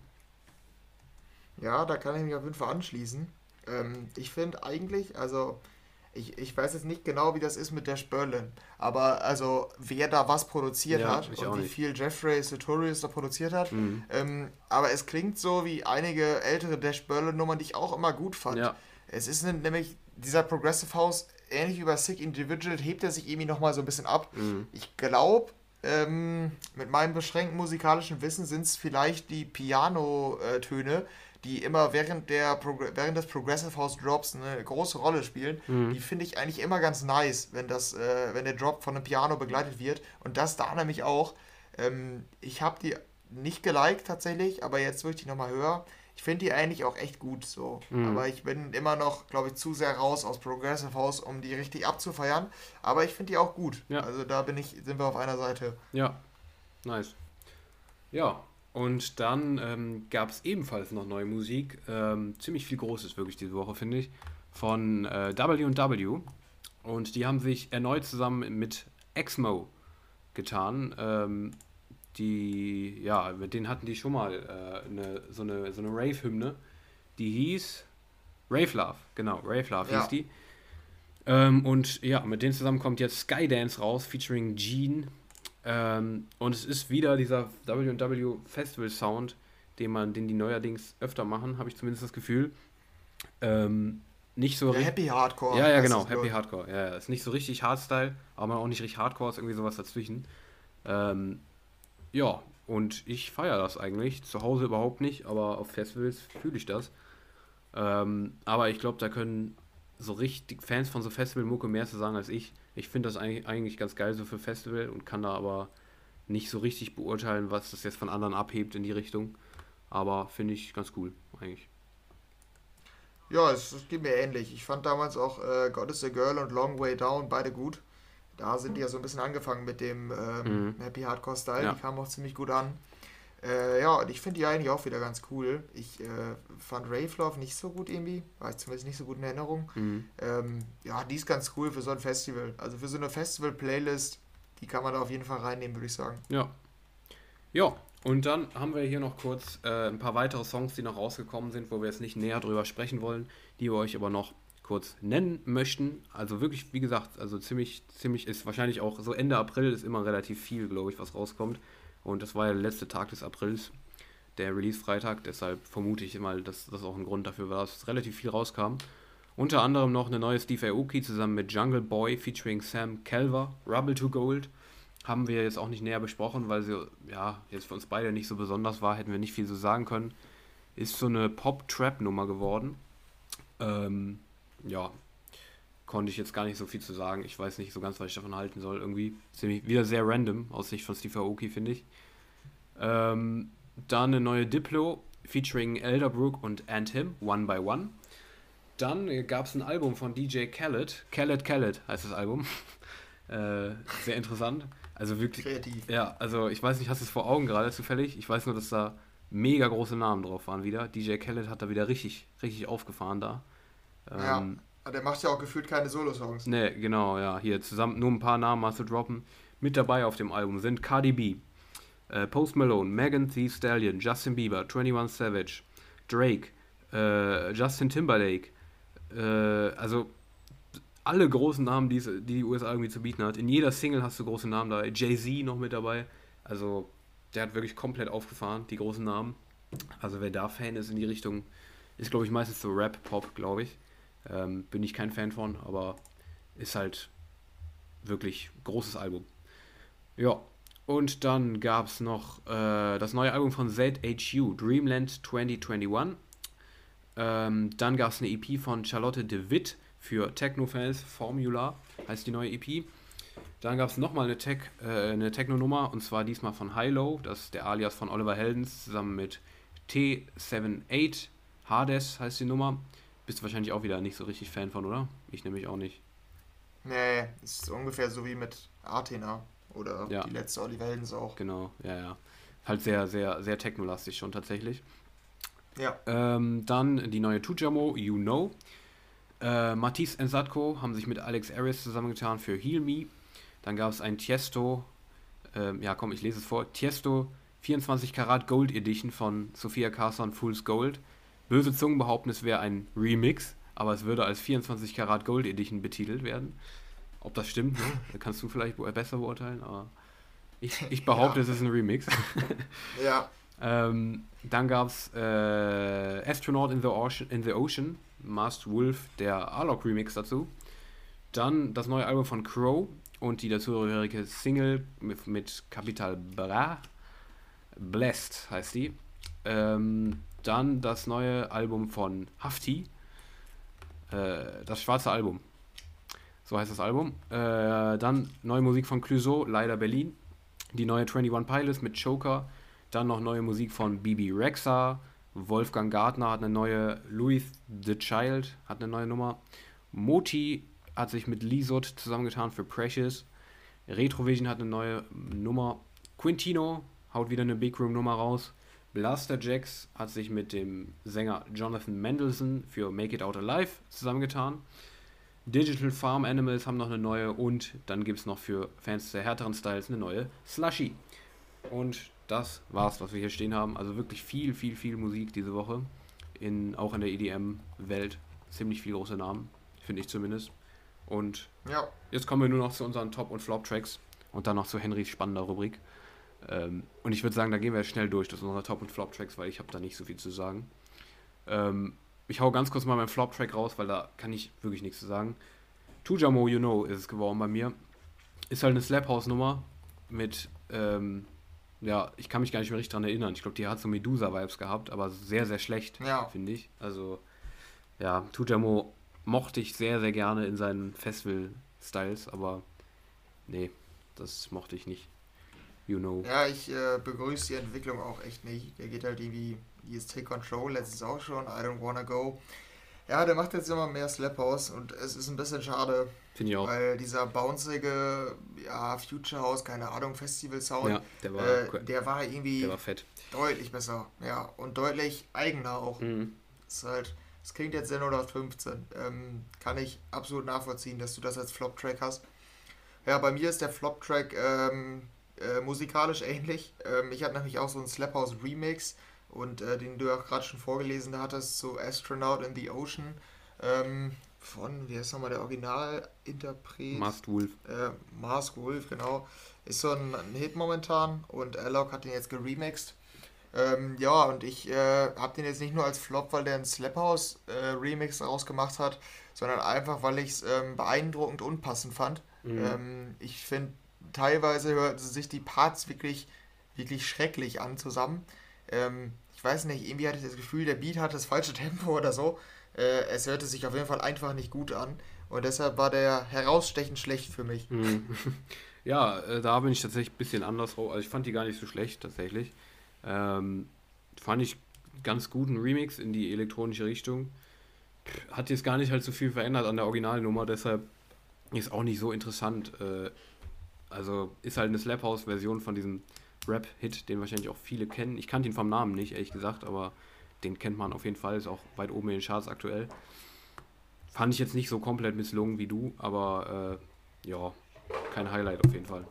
ja, da kann ich mich auf jeden Fall anschließen. Ähm, ich finde eigentlich, also ich, ich weiß jetzt nicht genau, wie das ist mit Dash Berlin, aber also wer da was produziert Ja, hat ich und auch wie nicht. viel Jeffrey Sutorius da produziert hat, Mhm. ähm, aber es klingt so wie einige ältere Dash Berlin Nummern, die ich auch immer gut fand. Ja. Es ist ne- nämlich dieser Progressive House, ähnlich wie bei Sick Individual, hebt er sich irgendwie nochmal so ein bisschen ab. Mhm. Ich glaube, ähm, mit meinem beschränkten musikalischen Wissen sind es vielleicht die Piano-Töne, die immer während, der Progr während des Progressive House Drops eine große Rolle spielen. Mhm. Die finde ich eigentlich immer ganz nice, wenn, das, äh, wenn der Drop von einem Piano begleitet wird. Und das da nämlich auch. Ähm, ich habe die nicht geliked tatsächlich, aber jetzt, wo ich die nochmal höre, ich finde die eigentlich auch echt gut so. Mhm. Aber ich bin immer noch, glaube ich, zu sehr raus aus Progressive House, um die richtig abzufeiern. Aber ich finde die auch gut. Ja. Also da bin ich, sind wir auf einer Seite. Ja. Nice. Ja, und dann ähm, gab es ebenfalls noch neue Musik. Ähm, ziemlich viel Großes wirklich diese Woche, finde ich. Von äh, W und W. Und die haben sich erneut zusammen mit Exmo getan. Ähm, die, ja, mit denen hatten die schon mal äh, eine, so eine, so eine Rave-Hymne. Die hieß Rave Love, genau, Rave Love hieß Ja, die. Ähm, und ja, mit denen zusammen kommt jetzt Skydance raus, featuring Gene. Ähm, und es ist wieder dieser W und W Festival Sound, den man, den die neuerdings öfter machen, habe ich zumindest das Gefühl. Ähm, nicht so der richtig. Happy Hardcore Ja, ja, heißt genau, es, glaube Happy ich. Hardcore. Ja, ja, ist nicht so richtig Hardstyle, aber auch nicht richtig Hardcore, ist irgendwie sowas dazwischen. Ähm, ja, und ich feiere das eigentlich. Zu Hause überhaupt nicht, aber auf Festivals fühle ich das. Ähm, aber ich glaube, da können so richtig Fans von so Festival-Mucke mehr zu sagen als ich. Ich finde das eigentlich, eigentlich ganz geil so für Festival und kann da aber nicht so richtig beurteilen, was das jetzt von anderen abhebt in die Richtung. Aber finde ich ganz cool, eigentlich. Ja, es, es geht mir ähnlich. Ich fand damals auch äh, God is a Girl und Long Way Down beide gut. Da sind die ja so ein bisschen angefangen mit dem ähm, Mhm. Happy Hardcore Style. Die Ja, kamen auch ziemlich gut an. Äh, ja, und ich finde die eigentlich auch wieder ganz cool. Ich äh, fand Rave Love nicht so gut irgendwie. War ich zumindest nicht so gut in Erinnerung. mhm. Ähm, ja, die ist ganz cool für so ein Festival. Also für so eine Festival-Playlist, die kann man da auf jeden Fall reinnehmen, würde ich sagen. Ja. Ja, und dann haben wir hier noch kurz äh, ein paar weitere Songs, die noch rausgekommen sind, wo wir jetzt nicht näher drüber sprechen wollen, die wir euch aber noch kurz nennen möchten. Also wirklich, wie gesagt, also ziemlich, ziemlich ist wahrscheinlich auch so Ende April ist immer relativ viel, glaube ich, was rauskommt. Und das war ja der letzte Tag des Aprils, der Release-Freitag, deshalb vermute ich mal, dass das auch ein Grund dafür war, dass relativ viel rauskam. Unter anderem noch eine neue Steve Aoki zusammen mit Jungle Boy featuring Sam Calver, Rubble to Gold. Haben wir jetzt auch nicht näher besprochen, weil sie ja jetzt für uns beide nicht so besonders war, hätten wir nicht viel so sagen können. Ist so eine Pop-Trap-Nummer geworden. Ähm, ja, konnte ich jetzt gar nicht so viel zu sagen. Ich weiß nicht so ganz, was ich davon halten soll. Irgendwie ziemlich wieder sehr random aus Sicht von Steve Aoki, finde ich. Ähm, dann eine neue Diplo featuring Elderbrook und And Him, One by One. Dann gab es ein Album von D J Khaled. Khaled Khaled heißt das Album. Äh, sehr interessant. Also wirklich, Kreativ. ja, also ich weiß nicht, hast du es vor Augen gerade zufällig? Ich weiß nur, dass da mega große Namen drauf waren wieder. D J Khaled hat da wieder richtig, richtig aufgefahren da. Ja, Ähm, aber der macht ja auch gefühlt keine Solo-Songs. ne, genau, ja, hier zusammen nur ein paar Namen mal zu droppen. Mit dabei auf dem Album sind Cardi B, äh, Post Malone, Megan Thee Stallion, Justin Bieber, einundzwanzig Savage, Drake, äh, Justin Timberlake, äh, also alle großen Namen, die es- die die U S A irgendwie zu bieten hat. In jeder Single hast du große Namen dabei. Jay-Z noch mit dabei. Also der hat wirklich komplett aufgefahren, die großen Namen. Also wer da Fan ist in die Richtung, ist glaube ich meistens so Rap, Pop, glaube ich. Ähm, bin ich kein Fan von, aber ist halt wirklich großes Album. Ja, und dann gab es noch äh, das neue Album von Z H U, Dreamland zwanzig einundzwanzig. Ähm, dann gab es eine E P von Charlotte de Witt für Techno-Fans, Formula heißt die neue E P. Dann gab es nochmal eine, Tech, äh, eine Techno-Nummer und zwar diesmal von Hilo, das ist der Alias von Oliver Heldens, zusammen mit T acht. Hades heißt die Nummer. Bist du wahrscheinlich auch wieder nicht so richtig Fan von, oder? Ich nämlich auch nicht. Nee, ist ungefähr so wie mit Athena oder Ja, die letzte Oliver Heldens auch. genau, ja, ja. Halt sehr, sehr, sehr technolastig schon tatsächlich. Ja, Ähm, dann die neue Tujamo, You Know. Äh, Matisse und Sadko haben sich mit Alex Aris zusammengetan für Heal Me. Dann gab es ein Tiesto, ähm, ja komm, ich lese es vor, Tiesto vierundzwanzig Karat Gold Edition von Sophia Carson Fool's Gold. Böse Zungen behaupten, es wäre ein Remix, aber es würde als vierundzwanzig Karat Gold Edition betitelt werden. Ob das stimmt, ne? Da kannst du vielleicht be- besser beurteilen, aber ich, ich behaupte, ja, es ist ein Remix. ja, Ähm, dann gab es äh, Astronaut in the, Ocean, in the Ocean, Masked Wolf, der Arlok Remix dazu. Dann das neue Album von Crow und die dazugehörige Single mit, mit Capital Bra, Blessed heißt die. Ähm, dann das neue Album von Hafti, äh, das schwarze Album, so heißt das Album. Äh, dann neue Musik von Clouseau, Leider Berlin. Die neue einundzwanzig Pilots mit Choker. Dann noch neue Musik von Bibi Rexa. Wolfgang Gartner hat eine neue. Louis the Child hat eine neue Nummer. Moti hat sich mit Lisot zusammengetan für Precious. Retrovision hat eine neue Nummer. Quintino haut wieder eine Big Room Nummer raus. Blaster Jacks hat sich mit dem Sänger Jonathan Mendelssohn für Make It Out Alive zusammengetan. Digital Farm Animals haben noch eine neue und dann gibt es noch für Fans der härteren Styles eine neue Slushy. Und das war's, was wir hier stehen haben. Also wirklich viel, viel, viel Musik diese Woche. In, auch in der E D M-Welt. Ziemlich viele große Namen, finde ich zumindest. Und ja. jetzt kommen wir nur noch zu unseren Top- und Flop-Tracks und dann noch zu Henrys spannender Rubrik. Ähm, und ich würde sagen, da gehen wir schnell durch durch unsere Top- und Flop-Tracks, weil ich habe da nicht so viel zu sagen. Ähm, ich hau ganz kurz mal meinen Flop-Track raus, weil da kann ich wirklich nichts zu sagen. Tujamo You Know ist es geworden bei mir. Ist halt eine Slap House Nummer mit, ähm, ja, ich kann mich gar nicht mehr richtig dran erinnern. Ich glaube, die hat so Medusa-Vibes gehabt, aber sehr, sehr schlecht, Ja, finde ich. Also, ja, Tujamo mochte ich sehr, sehr gerne in seinen Festival-Styles, aber nee, das mochte ich nicht. You Know. ja, ich äh, begrüße die Entwicklung auch echt nicht. Der geht halt irgendwie, wie ist Take Control, letztens auch schon, I Don't Wanna Go. Ja, der macht jetzt immer mehr Slap House und es ist ein bisschen schade, Finde ich auch. weil dieser bouncige, ja, Future House, keine Ahnung, Festival Sound, Ja, der war, äh, der war der irgendwie war fett. deutlich besser, ja, und deutlich eigener auch. Mhm. Das ist halt, das klingt jetzt sehr null acht fünfzehn. Ähm, kann ich absolut nachvollziehen, dass du das als Flop-Track hast. Ja, bei mir ist der Flop-Track ähm, äh, musikalisch ähnlich. Ähm, ich hatte nämlich auch so einen Slap House Remix und äh, den du ja auch gerade schon vorgelesen hattest, so Astronaut in the Ocean ähm, von, wie heißt nochmal der Originalinterpret? Masked Wolf. Äh, Mars Wolf, genau. Ist so ein, ein Hit momentan und Alok hat den jetzt geremixed. Ähm, ja, und ich äh, habe den jetzt nicht nur als Flop, weil der einen Slap House äh, Remix rausgemacht hat, sondern einfach, weil ich es ähm, beeindruckend unpassend fand. Mhm. Ähm, ich finde, teilweise hörten sich die Parts wirklich, wirklich schrecklich an zusammen. Ähm, ich weiß nicht, irgendwie hatte ich das Gefühl, der Beat hat das falsche Tempo oder so. Äh, es hörte sich auf jeden Fall einfach nicht gut an. Und deshalb war der herausstechend schlecht für mich. Mhm. Ja, äh, da bin ich tatsächlich ein bisschen anders drauf. Also ich fand die gar nicht so schlecht tatsächlich. Ähm, Fand ich ganz guten Remix in die elektronische Richtung. Hat jetzt gar nicht halt so viel verändert an der Originalnummer, deshalb ist auch nicht so interessant. Äh, also ist halt eine Slap House-Version von diesem Rap-Hit, den wahrscheinlich auch viele kennen. Ich kannte ihn vom Namen nicht, ehrlich gesagt, aber den kennt man auf jeden Fall, ist auch weit oben in den Charts aktuell. Fand ich jetzt nicht so komplett misslungen wie du, aber äh, ja, kein Highlight auf jeden Fall.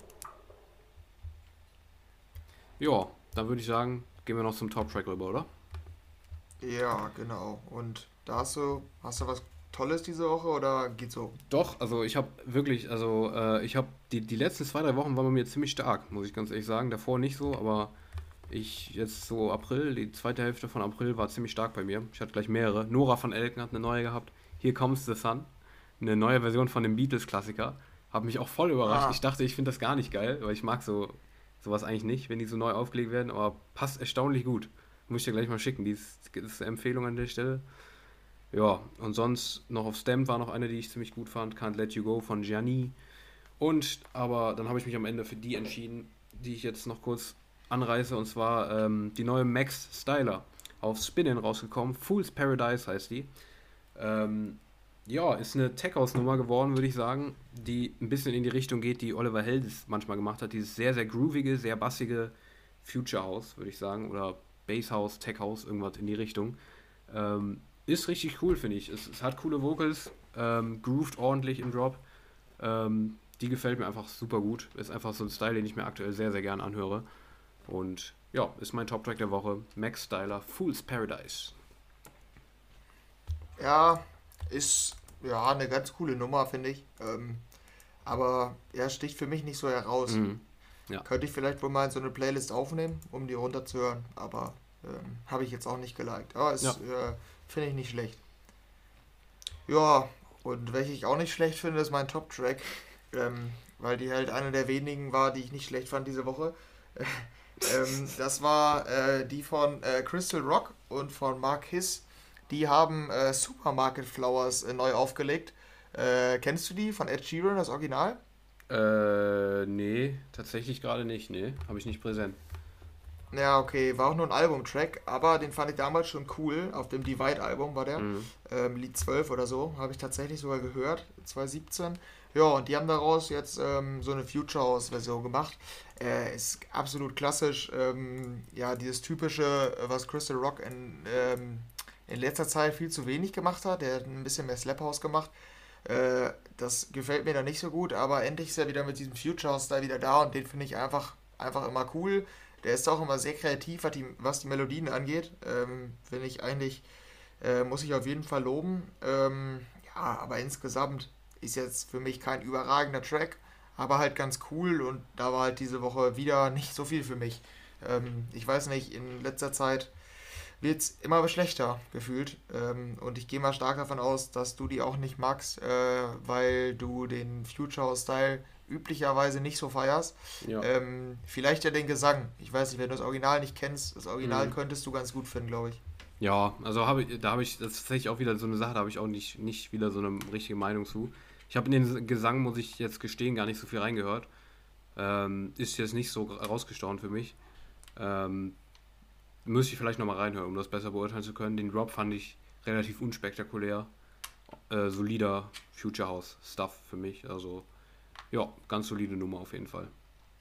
Ja, dann würde ich sagen, gehen wir noch zum Top-Track rüber, oder? Ja, genau. Und da hast du, hast du was Tolles diese Woche oder geht so? Doch, also ich habe wirklich, also äh, ich habe die, die letzten zwei, drei Wochen waren bei mir ziemlich stark, muss ich ganz ehrlich sagen. Davor nicht so, aber ich jetzt so April, die zweite Hälfte von April war ziemlich stark bei mir. Ich hatte gleich mehrere. Nora von Elken hat eine neue gehabt. Here Comes the Sun, eine neue Version von dem Beatles-Klassiker. Hat mich auch voll überrascht. Ich Ah, dachte, ich finde das gar nicht geil, weil ich mag so sowas eigentlich nicht, wenn die so neu aufgelegt werden, aber passt erstaunlich gut. Muss ich dir gleich mal schicken. Die ist, das ist eine Empfehlung an der Stelle. Ja, und sonst noch auf Stamped war noch eine, die ich ziemlich gut fand, Can't Let You Go von Gianni. Und aber dann habe ich mich am Ende für die entschieden, die ich jetzt noch kurz anreiße, und zwar ähm, die neue Max Styler auf Spinnin rausgekommen. Fool's Paradise heißt die. Ähm, ja, ist eine Tech-House-Nummer geworden, würde ich sagen, die ein bisschen in die Richtung geht, die Oliver Heldens manchmal gemacht hat. Dieses sehr, sehr groovige, sehr bassige Future House, würde ich sagen, oder Bass House, Tech House, irgendwas in die Richtung. Ähm, Ist richtig cool, finde ich. Es, es hat coole Vocals, ähm, grooved ordentlich im Drop. Ähm, die gefällt mir einfach super gut. Ist einfach so ein Style, den ich mir aktuell sehr, sehr gern anhöre. Und ja, ist mein Top-Track der Woche. Max Styler, Fool's Paradise. ja, ist ja eine ganz coole Nummer, finde ich. Ähm, aber er sticht für mich nicht so heraus. Mhm. Ja, Könnte ich vielleicht wohl mal in so eine Playlist aufnehmen, um die runterzuhören, aber ähm, habe ich jetzt auch nicht geliked. Aber ja, ist, äh, finde ich nicht schlecht. Ja, und welche ich auch nicht schlecht finde, ist mein Top-Track, ähm, weil die halt eine der wenigen war, die ich nicht schlecht fand diese Woche. Ähm, das war äh, die von äh, Crystal Rock und von Mark Hiss. Die haben äh, Supermarket Flowers äh, neu aufgelegt. Äh, kennst du die von Ed Sheeran, das Original? Äh, nee, tatsächlich gerade nicht. Nee, habe ich nicht präsent. Ja, okay, war auch nur ein Albumtrack, aber den fand ich damals schon cool. Auf dem Divide-Album war der. Mhm. Ähm, Lied zwölf oder so, habe ich tatsächlich sogar gehört, zwanzig siebzehn. Ja, und die haben daraus jetzt ähm, so eine Future House-Version gemacht. Äh, ist absolut klassisch. Ähm, ja, dieses typische, äh, was Crystal Rock in, ähm, in letzter Zeit viel zu wenig gemacht hat. Der hat ein bisschen mehr Slap House gemacht. Äh, das gefällt mir dann nicht so gut, aber endlich ist er wieder mit diesem Future House-Style wieder da und den finde ich einfach, einfach immer cool. Der ist auch immer sehr kreativ, was die, was die Melodien angeht. Ähm, finde ich eigentlich, äh, muss ich auf jeden Fall loben. Ähm, ja, aber insgesamt ist jetzt für mich kein überragender Track, aber halt ganz cool und da war halt diese Woche wieder nicht so viel für mich. Ähm, ich weiß nicht, in letzter Zeit wird es immer schlechter gefühlt. Ähm, und ich gehe mal stark davon aus, dass du die auch nicht magst, äh, weil du den Future-Style üblicherweise nicht so feierst. Ja. Ähm, vielleicht ja den Gesang. Ich weiß nicht, wenn du das Original nicht kennst, das Original Mhm. könntest du ganz gut finden, glaube ich. Ja, also habe ich, da habe ich, das ist tatsächlich auch wieder so eine Sache, da habe ich auch nicht, nicht wieder so eine richtige Meinung zu. Ich habe in den Gesang, muss ich jetzt gestehen, gar nicht so viel reingehört. Ähm, ist jetzt nicht so rausgestochen für mich. Ähm, Müsste ich vielleicht nochmal reinhören, um das besser beurteilen zu können. Den Drop fand ich relativ unspektakulär. Äh, solider Future House Stuff für mich. Also, ja, ganz solide Nummer auf jeden Fall.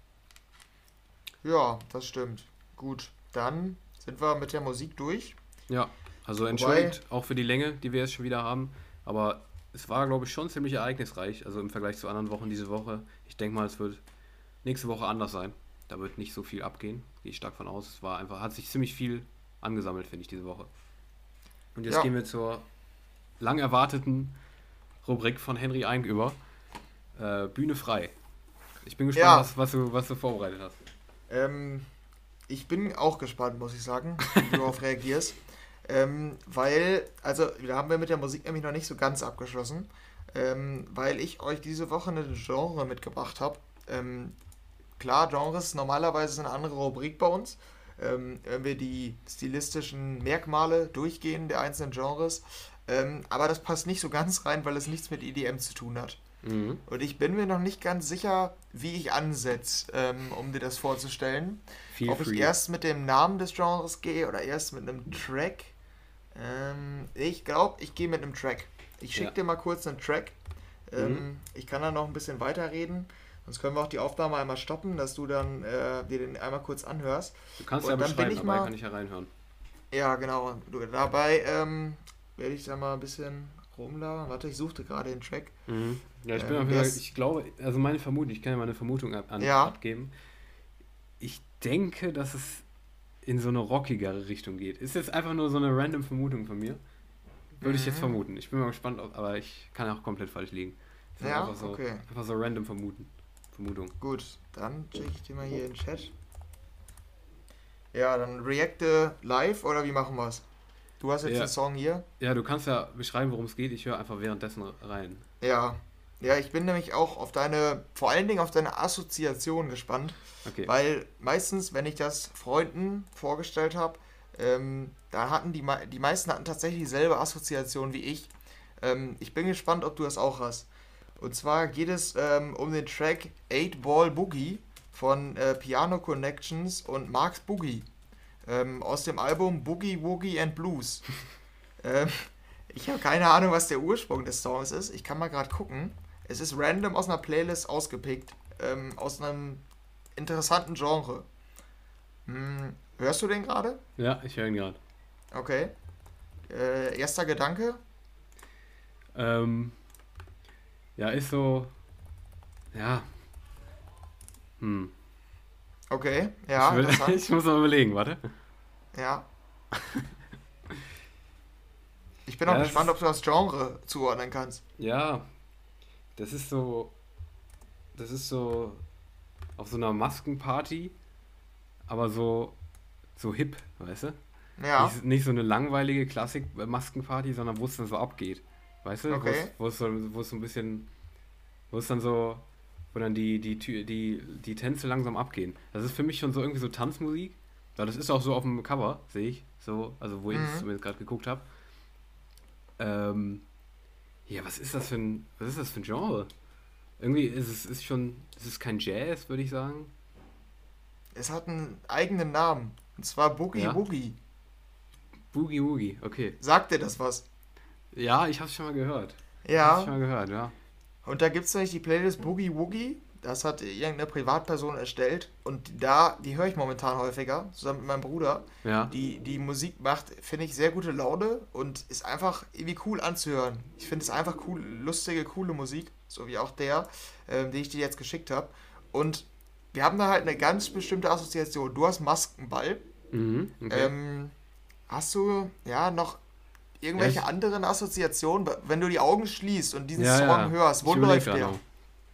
Ja, das stimmt. Gut, dann sind wir mit der Musik durch. Ja, also Wobei, entschuldigt auch für die Länge, die wir jetzt schon wieder haben. Aber es war, glaube ich, schon ziemlich ereignisreich. Also im Vergleich zu anderen Wochen diese Woche. Ich denke mal, es wird nächste Woche anders sein. Da wird nicht so viel abgehen. Gehe ich stark von aus. Es war einfach, hat sich ziemlich viel angesammelt, finde ich, diese Woche. Und jetzt ja, gehen wir zur lang erwarteten Rubrik von Henry Eink über. Äh, Bühne frei. Ich bin gespannt, ja, was, was, du, was du vorbereitet hast. ähm, ich bin auch gespannt, muss ich sagen, wie du darauf reagierst. Ähm, weil, also, da haben wir mit der Musik nämlich noch nicht so ganz abgeschlossen. Ähm, weil ich euch diese Woche eine Genre mitgebracht habe. Ähm, klar, Genres normalerweise sind eine andere Rubrik bei uns. Ähm, wenn wir die stilistischen Merkmale durchgehen der einzelnen Genres. Ähm, aber das passt nicht so ganz rein, weil es nichts mit E D M zu tun hat. Mhm. Und ich bin mir noch nicht ganz sicher, wie ich ansetze, ähm, um dir das vorzustellen. Feel Ob ich free. erst mit dem Namen des Genres gehe oder erst mit einem Track. Ähm, ich glaube, ich gehe mit einem Track. Ich schicke Ja. dir mal kurz einen Track. Mhm. Ähm, ich kann dann noch ein bisschen weiterreden. Sonst können wir auch die Aufnahme einmal stoppen, dass du dann äh, dir den einmal kurz anhörst. Du kannst ja Und dann bin beschreiben, ich dabei mal, kann ich ja reinhören. ja genau, du, dabei ähm, werde ich da mal ein bisschen rumlabern. Warte, ich suchte gerade den Track. Mhm. Ja, ich bin Ähm, auf der jeden Fall, ist, ich glaube, also meine Vermutung, ich kann ja meine Vermutung ab, an, ja, abgeben. Ich denke, dass es in so eine rockigere Richtung geht. Ist jetzt einfach nur so eine random Vermutung von mir. Würde ich jetzt mhm. vermuten. Ich bin mal gespannt, ob, aber ich kann auch komplett falsch liegen. Das ist Ja, einfach so, okay. einfach so random vermuten. Vermutung. Gut, dann schicke ich dir mal hier in den Chat. Ja, dann reacte live oder wie machen wir es? Du hast jetzt den Ja, Song hier. ja, du kannst ja beschreiben, worum es geht. Ich höre einfach währenddessen rein. Ja. Ja, ich bin nämlich auch auf deine, vor allen Dingen auf deine Assoziation gespannt, Okay. weil meistens, wenn ich das Freunden vorgestellt habe, ähm, da hatten die, mei- die meisten hatten tatsächlich dieselbe Assoziation wie ich. Ähm, ich bin gespannt, ob du das auch hast. Und zwar geht es ähm, um den Track eight Ball Boogie von äh, Piano Connections und Marks Boogie ähm, aus dem Album Boogie Woogie and Blues. Ähm, ich habe keine Ahnung, was der Ursprung des Songs ist. Ich kann mal gerade gucken. Es ist random aus einer Playlist ausgepickt, ähm, aus einem interessanten Genre. Hm, hörst du den gerade? Ja, ich höre ihn gerade. Okay. Äh, erster Gedanke? Ähm, ja, ist so. Ja. Hm. Okay, Ich, ja, will, interessant. ich muss mal überlegen, warte. Ja. Ich bin auch Ja, das gespannt, ist. ob du das Genre zuordnen kannst. Ja, das ist so. Das ist so auf so einer Maskenparty, aber so, so hip, weißt du? Ja, Nicht, nicht so eine langweilige Klassik-Maskenparty, sondern wo es dann so abgeht. Weißt du? Wo es, okay. wo es so, wo es so ein bisschen, wo es dann so, wo dann die, die, Tü- die, die Tänze langsam abgehen. Das ist für mich schon so irgendwie so Tanzmusik. Ja, das ist auch so auf dem Cover, sehe ich. So, also wo ich es Mhm. zumindest gerade geguckt habe. Ähm, ja, was ist das für ein, was ist das für ein Genre? Irgendwie ist es ist schon, es ist kein Jazz, würde ich sagen. Es hat einen eigenen Namen. Und zwar Boogie Ja, Woogie. Boogie Woogie, okay. Sagt dir das was? Ja, ich habe es schon mal gehört. Ich habe es Ja. schon mal gehört, ja. Und da gibt es nämlich die Playlist Boogie Woogie. Das hat irgendeine Privatperson erstellt. Und da, die höre ich momentan häufiger, zusammen mit meinem Bruder. Ja, Die, die Musik macht, finde ich, sehr gute Laune und ist einfach irgendwie cool anzuhören. Ich finde es einfach cool, lustige, coole Musik, so wie auch der, ähm, den ich dir jetzt geschickt habe. Und wir haben da halt eine ganz bestimmte Assoziation. Du hast Maskenball. mhm, okay. Ähm, hast du ja noch Ja, irgendwelche ich, anderen Assoziationen, wenn du die Augen schließt und diesen ja, Song ja. hörst? Wo Ich überlege läuft gerade der? noch.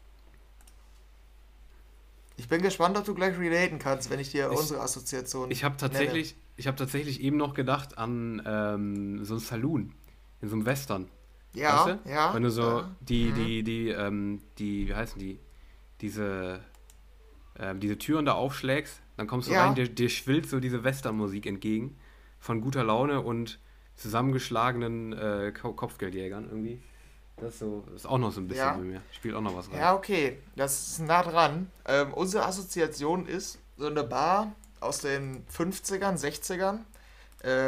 Ich bin gespannt, ob du gleich relaten kannst, wenn ich dir Ich, unsere Assoziation ich habe nenne. tatsächlich, ich habe tatsächlich eben noch gedacht an ähm, so ein Saloon in so einem Western. Weißt Ja, du? ja, Wenn du so ja. die, Mhm. die, die, ähm, die, wie heißen die? Diese, ähm, diese Türen da aufschlägst, dann kommst du rein, Ja, dir, dir schwillt so diese Westernmusik entgegen, von guter Laune und zusammengeschlagenen äh, Ko- Kopfgeldjägern irgendwie. Das ist so, ist auch noch so ein bisschen bei ja. mir. Spielt auch noch was rein. Ja, okay, das ist nah dran. Ähm, unsere Assoziation ist so eine Bar aus den fünfzigern, sechzigern. Äh,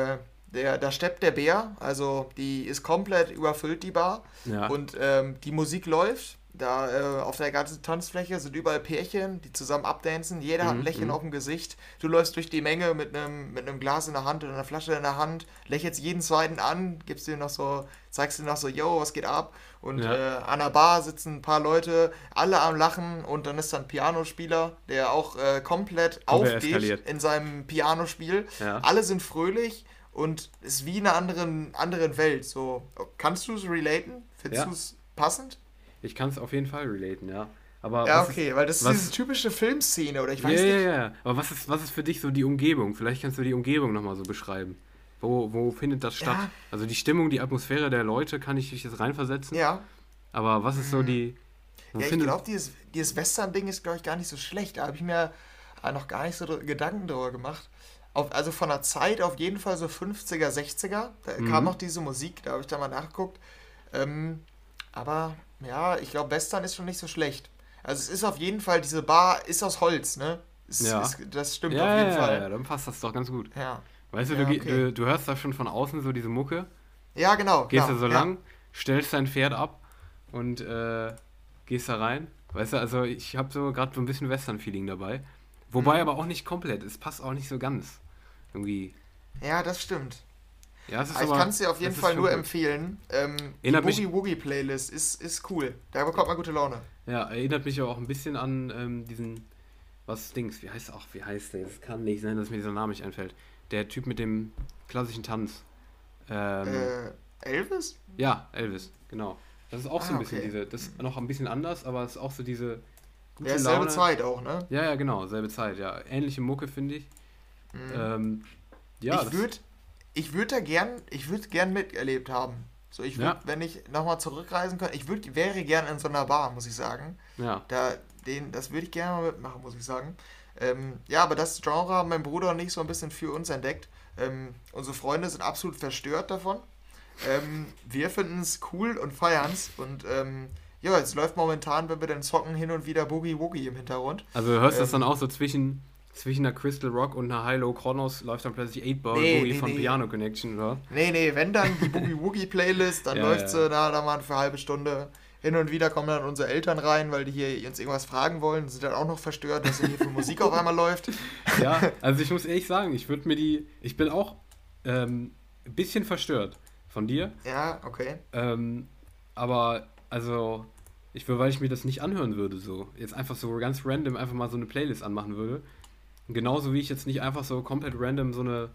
Der, da steppt der Bär, also die ist komplett überfüllt, die Bar. Ja. Und ähm, die Musik läuft. Da äh, auf der ganzen Tanzfläche sind überall Pärchen, die zusammen abdancen. Jeder hat ein Mhm, Lächeln mhm. auf dem Gesicht. Du läufst durch die Menge mit einem mit einem Glas in der Hand oder einer Flasche in der Hand, lächelst jeden zweiten an, gibst dir noch so, zeigst dir noch so, yo, was geht ab? Und Ja. äh, an der Bar sitzen ein paar Leute, alle am Lachen und dann ist da ein Pianospieler, der auch äh, komplett Komplett aufgeht eskaliert. in seinem Pianospiel. Ja. Alle sind fröhlich und ist wie in einer anderen, anderen Welt. So, kannst du es relaten? Findest Ja. du es passend? Ich kann es auf jeden Fall relaten, ja. Aber Ja, was ist, okay, weil das ist was, diese typische Filmszene, oder ich ja, weiß ja, nicht. ja. Aber was ist, was ist für dich so die Umgebung? Vielleicht kannst du die Umgebung nochmal so beschreiben. Wo, wo findet das statt? Ja, Also die Stimmung, die Atmosphäre der Leute kann ich dich jetzt reinversetzen. ja. Aber was ist so die. Wo Ja, ich findet. glaube, dieses, dieses Western-Ding ist, glaube ich, gar nicht so schlecht. Da habe ich mir äh, noch gar nicht so dr- Gedanken drüber gemacht. Auf, also von der Zeit auf jeden Fall so fünfziger, sechziger. Da kam Mhm. noch diese Musik, da habe ich da mal nachgeguckt. Ähm, aber ja, ich glaube, Western ist schon nicht so schlecht. Also es ist auf jeden Fall, diese Bar ist aus Holz, ne? Es, Ja. es, das stimmt Ja, auf ja, jeden ja, Fall. ja, dann passt das doch ganz gut. Ja, Weißt du, du, ja, geh- okay. du, du hörst da schon von außen so diese Mucke, Ja, genau, gehst da klar. so Ja. lang, stellst dein Pferd ab und äh, gehst da rein. Weißt du, also ich habe so gerade so ein bisschen Western-Feeling dabei. Wobei Mhm. aber auch nicht komplett, es passt auch nicht so ganz. Irgendwie. Ja, das stimmt. Ja, es ist Aber ich aber. kann es dir auf jeden es ist Fall schon nur gut. empfehlen. Ähm, die Erinnert mich, Boogie Woogie Playlist ist, ist cool. Da bekommt man gute Laune. ja, erinnert mich aber auch ein bisschen an ähm, diesen, was Dings, wie heißt auch, wie heißt der? Es kann nicht sein, dass mir dieser Name nicht einfällt. Der Typ mit dem klassischen Tanz. Ähm, Äh, Elvis? ja, Elvis, genau. Das ist auch so Ah, ein bisschen okay. diese, das ist noch ein bisschen anders, aber es ist auch so diese gute Ja, ist selbe Laune. Zeit auch, ne? Ja, ja, genau, selbe Zeit, ja. Ähnliche Mucke, finde ich. Mhm. Ähm, ja, ich das, würde ich würd da gern, ich würde gern miterlebt haben. So, ich würde, ja, wenn ich nochmal zurückreisen könnte, ich würd, wäre gern in so einer Bar, muss ich sagen. ja, Da, den, das würde ich gerne mal mitmachen, muss ich sagen. Ähm, ja, aber das Genre haben mein Bruder und ich so ein bisschen für uns entdeckt. Ähm, unsere Freunde sind absolut verstört davon. Ähm, wir finden es cool und feiern es. Und ähm, ja, es läuft momentan, wenn wir dann zocken, hin und wieder Boogie Woogie im Hintergrund. also du hörst das dann Ähm, auch so zwischen, zwischen einer Crystal Rock und einer High-Low Chronos läuft dann plötzlich acht Ball nee, Boogie nee, von nee. Piano Connection, oder? Nee, nee, wenn dann die Boogie Woogie Playlist, dann Ja, läuft ja, sie da, da mal für eine halbe Stunde. Hin und wieder kommen dann unsere Eltern rein, weil die hier uns irgendwas fragen wollen. Sind dann auch noch verstört, was denn hier für Musik auf einmal läuft. Ja, also ich muss ehrlich sagen, ich würde mir die, ich bin auch ähm, ein bisschen verstört von dir, Ja, okay. ähm, aber also ich will, weil ich mir das nicht anhören würde, so jetzt einfach so ganz random einfach mal so eine Playlist anmachen würde. Genauso wie ich jetzt nicht einfach so komplett random so eine,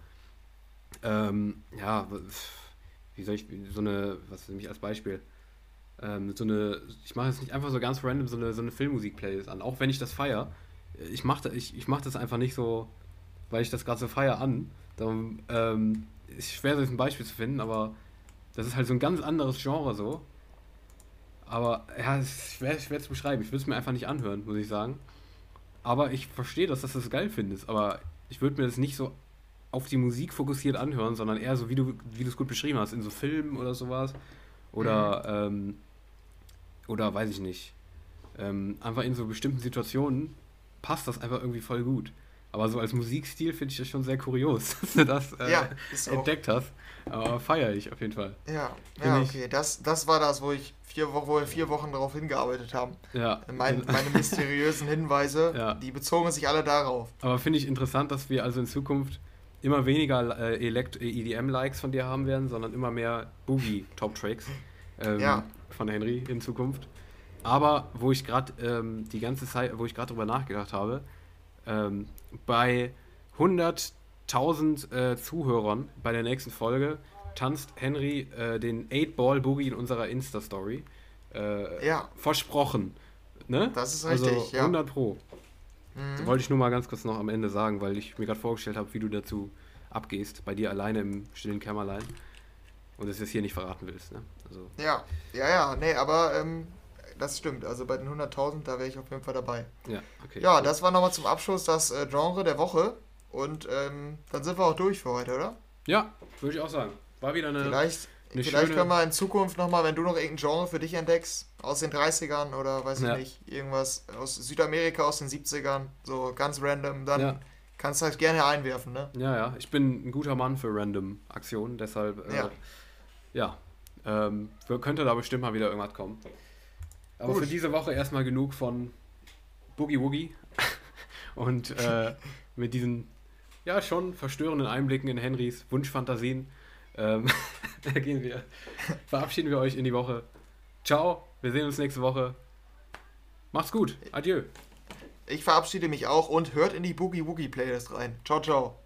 ähm, ja, wie soll ich, so eine, was nehme ich als Beispiel? Ähm, so eine, ich mache jetzt nicht einfach so ganz random so eine, so eine Filmmusik-Playlist an, auch wenn ich das feiere. Ich mache ich, ich mach das einfach nicht so, weil ich das gerade so feiere an. Darum ähm, ist schwer, so ein Beispiel zu finden, aber das ist halt so ein ganz anderes Genre so. Aber ja, es ist schwer, schwer zu beschreiben. Ich würde es mir einfach nicht anhören, muss ich sagen. Aber ich verstehe, dass du das geil findest. Aber ich würde mir das nicht so auf die Musik fokussiert anhören, sondern eher so, wie du wie du es gut beschrieben hast, in so Filmen oder sowas. Mhm. Oder, ähm, oder weiß ich nicht. Ähm, einfach in so bestimmten Situationen passt das einfach irgendwie voll gut. Aber so als Musikstil finde ich das schon sehr kurios, dass du das äh, Ja, ist auch. entdeckt hast. Aber feiere ich auf jeden Fall. Ja, Finde ja, ich, okay. Das, das war das, wo ich vier Wochen, wo wir vier Wochen darauf hingearbeitet haben. ja. Mein, meine mysteriösen Hinweise, Ja. die bezogen sich alle darauf. Aber finde ich interessant, dass wir also in Zukunft immer weniger äh, Elekt E D M-Likes von dir haben werden, sondern immer mehr Boogie-Top-Tracks ähm, Ja, von Henry in Zukunft. Aber wo ich gerade ähm, die ganze Zeit, wo ich gerade drüber nachgedacht habe, ähm, bei hunderttausend äh, Zuhörern bei der nächsten Folge tanzt Henry äh, den acht Ball Boogie in unserer Insta-Story. Äh, ja, versprochen. Ne? das ist Also richtig, ja. hundert Pro. Das Mhm. wollte ich nur mal ganz kurz noch am Ende sagen, weil ich mir gerade vorgestellt habe, wie du dazu abgehst, bei dir alleine im stillen Kämmerlein und es jetzt hier nicht verraten willst. Ne? Also, Ja, ja, ja, nee, aber ähm, das stimmt. Also bei den hunderttausend, da wäre ich auf jeden Fall dabei. ja, okay, Ja, cool. das war nochmal zum Abschluss das äh, Genre der Woche. Und ähm, dann sind wir auch durch für heute, oder? Ja, würde ich auch sagen. War wieder eine, Vielleicht, eine vielleicht können schöne. wir in Zukunft nochmal, wenn du noch irgendein Genre für dich entdeckst, aus den dreißigern oder weiß ich Ja, nicht, irgendwas aus Südamerika aus den siebzigern, so ganz random, dann ja, Kannst halt gerne einwerfen, ne? Ja, ja, ich bin ein guter Mann für random Aktionen, deshalb, äh, Ja. ja, ähm, wir- könnte da bestimmt mal wieder irgendwas kommen. Aber Gut. für diese Woche erstmal genug von Boogie Woogie und äh, mit diesen, ja, schon verstörenden Einblicken in Henrys Wunschfantasien ähm, gehen wir, verabschieden wir euch in die Woche. Ciao, wir sehen uns nächste Woche. Macht's gut, adieu. Ich verabschiede mich auch und hört in die Boogie Woogie Playlist rein. Ciao, ciao.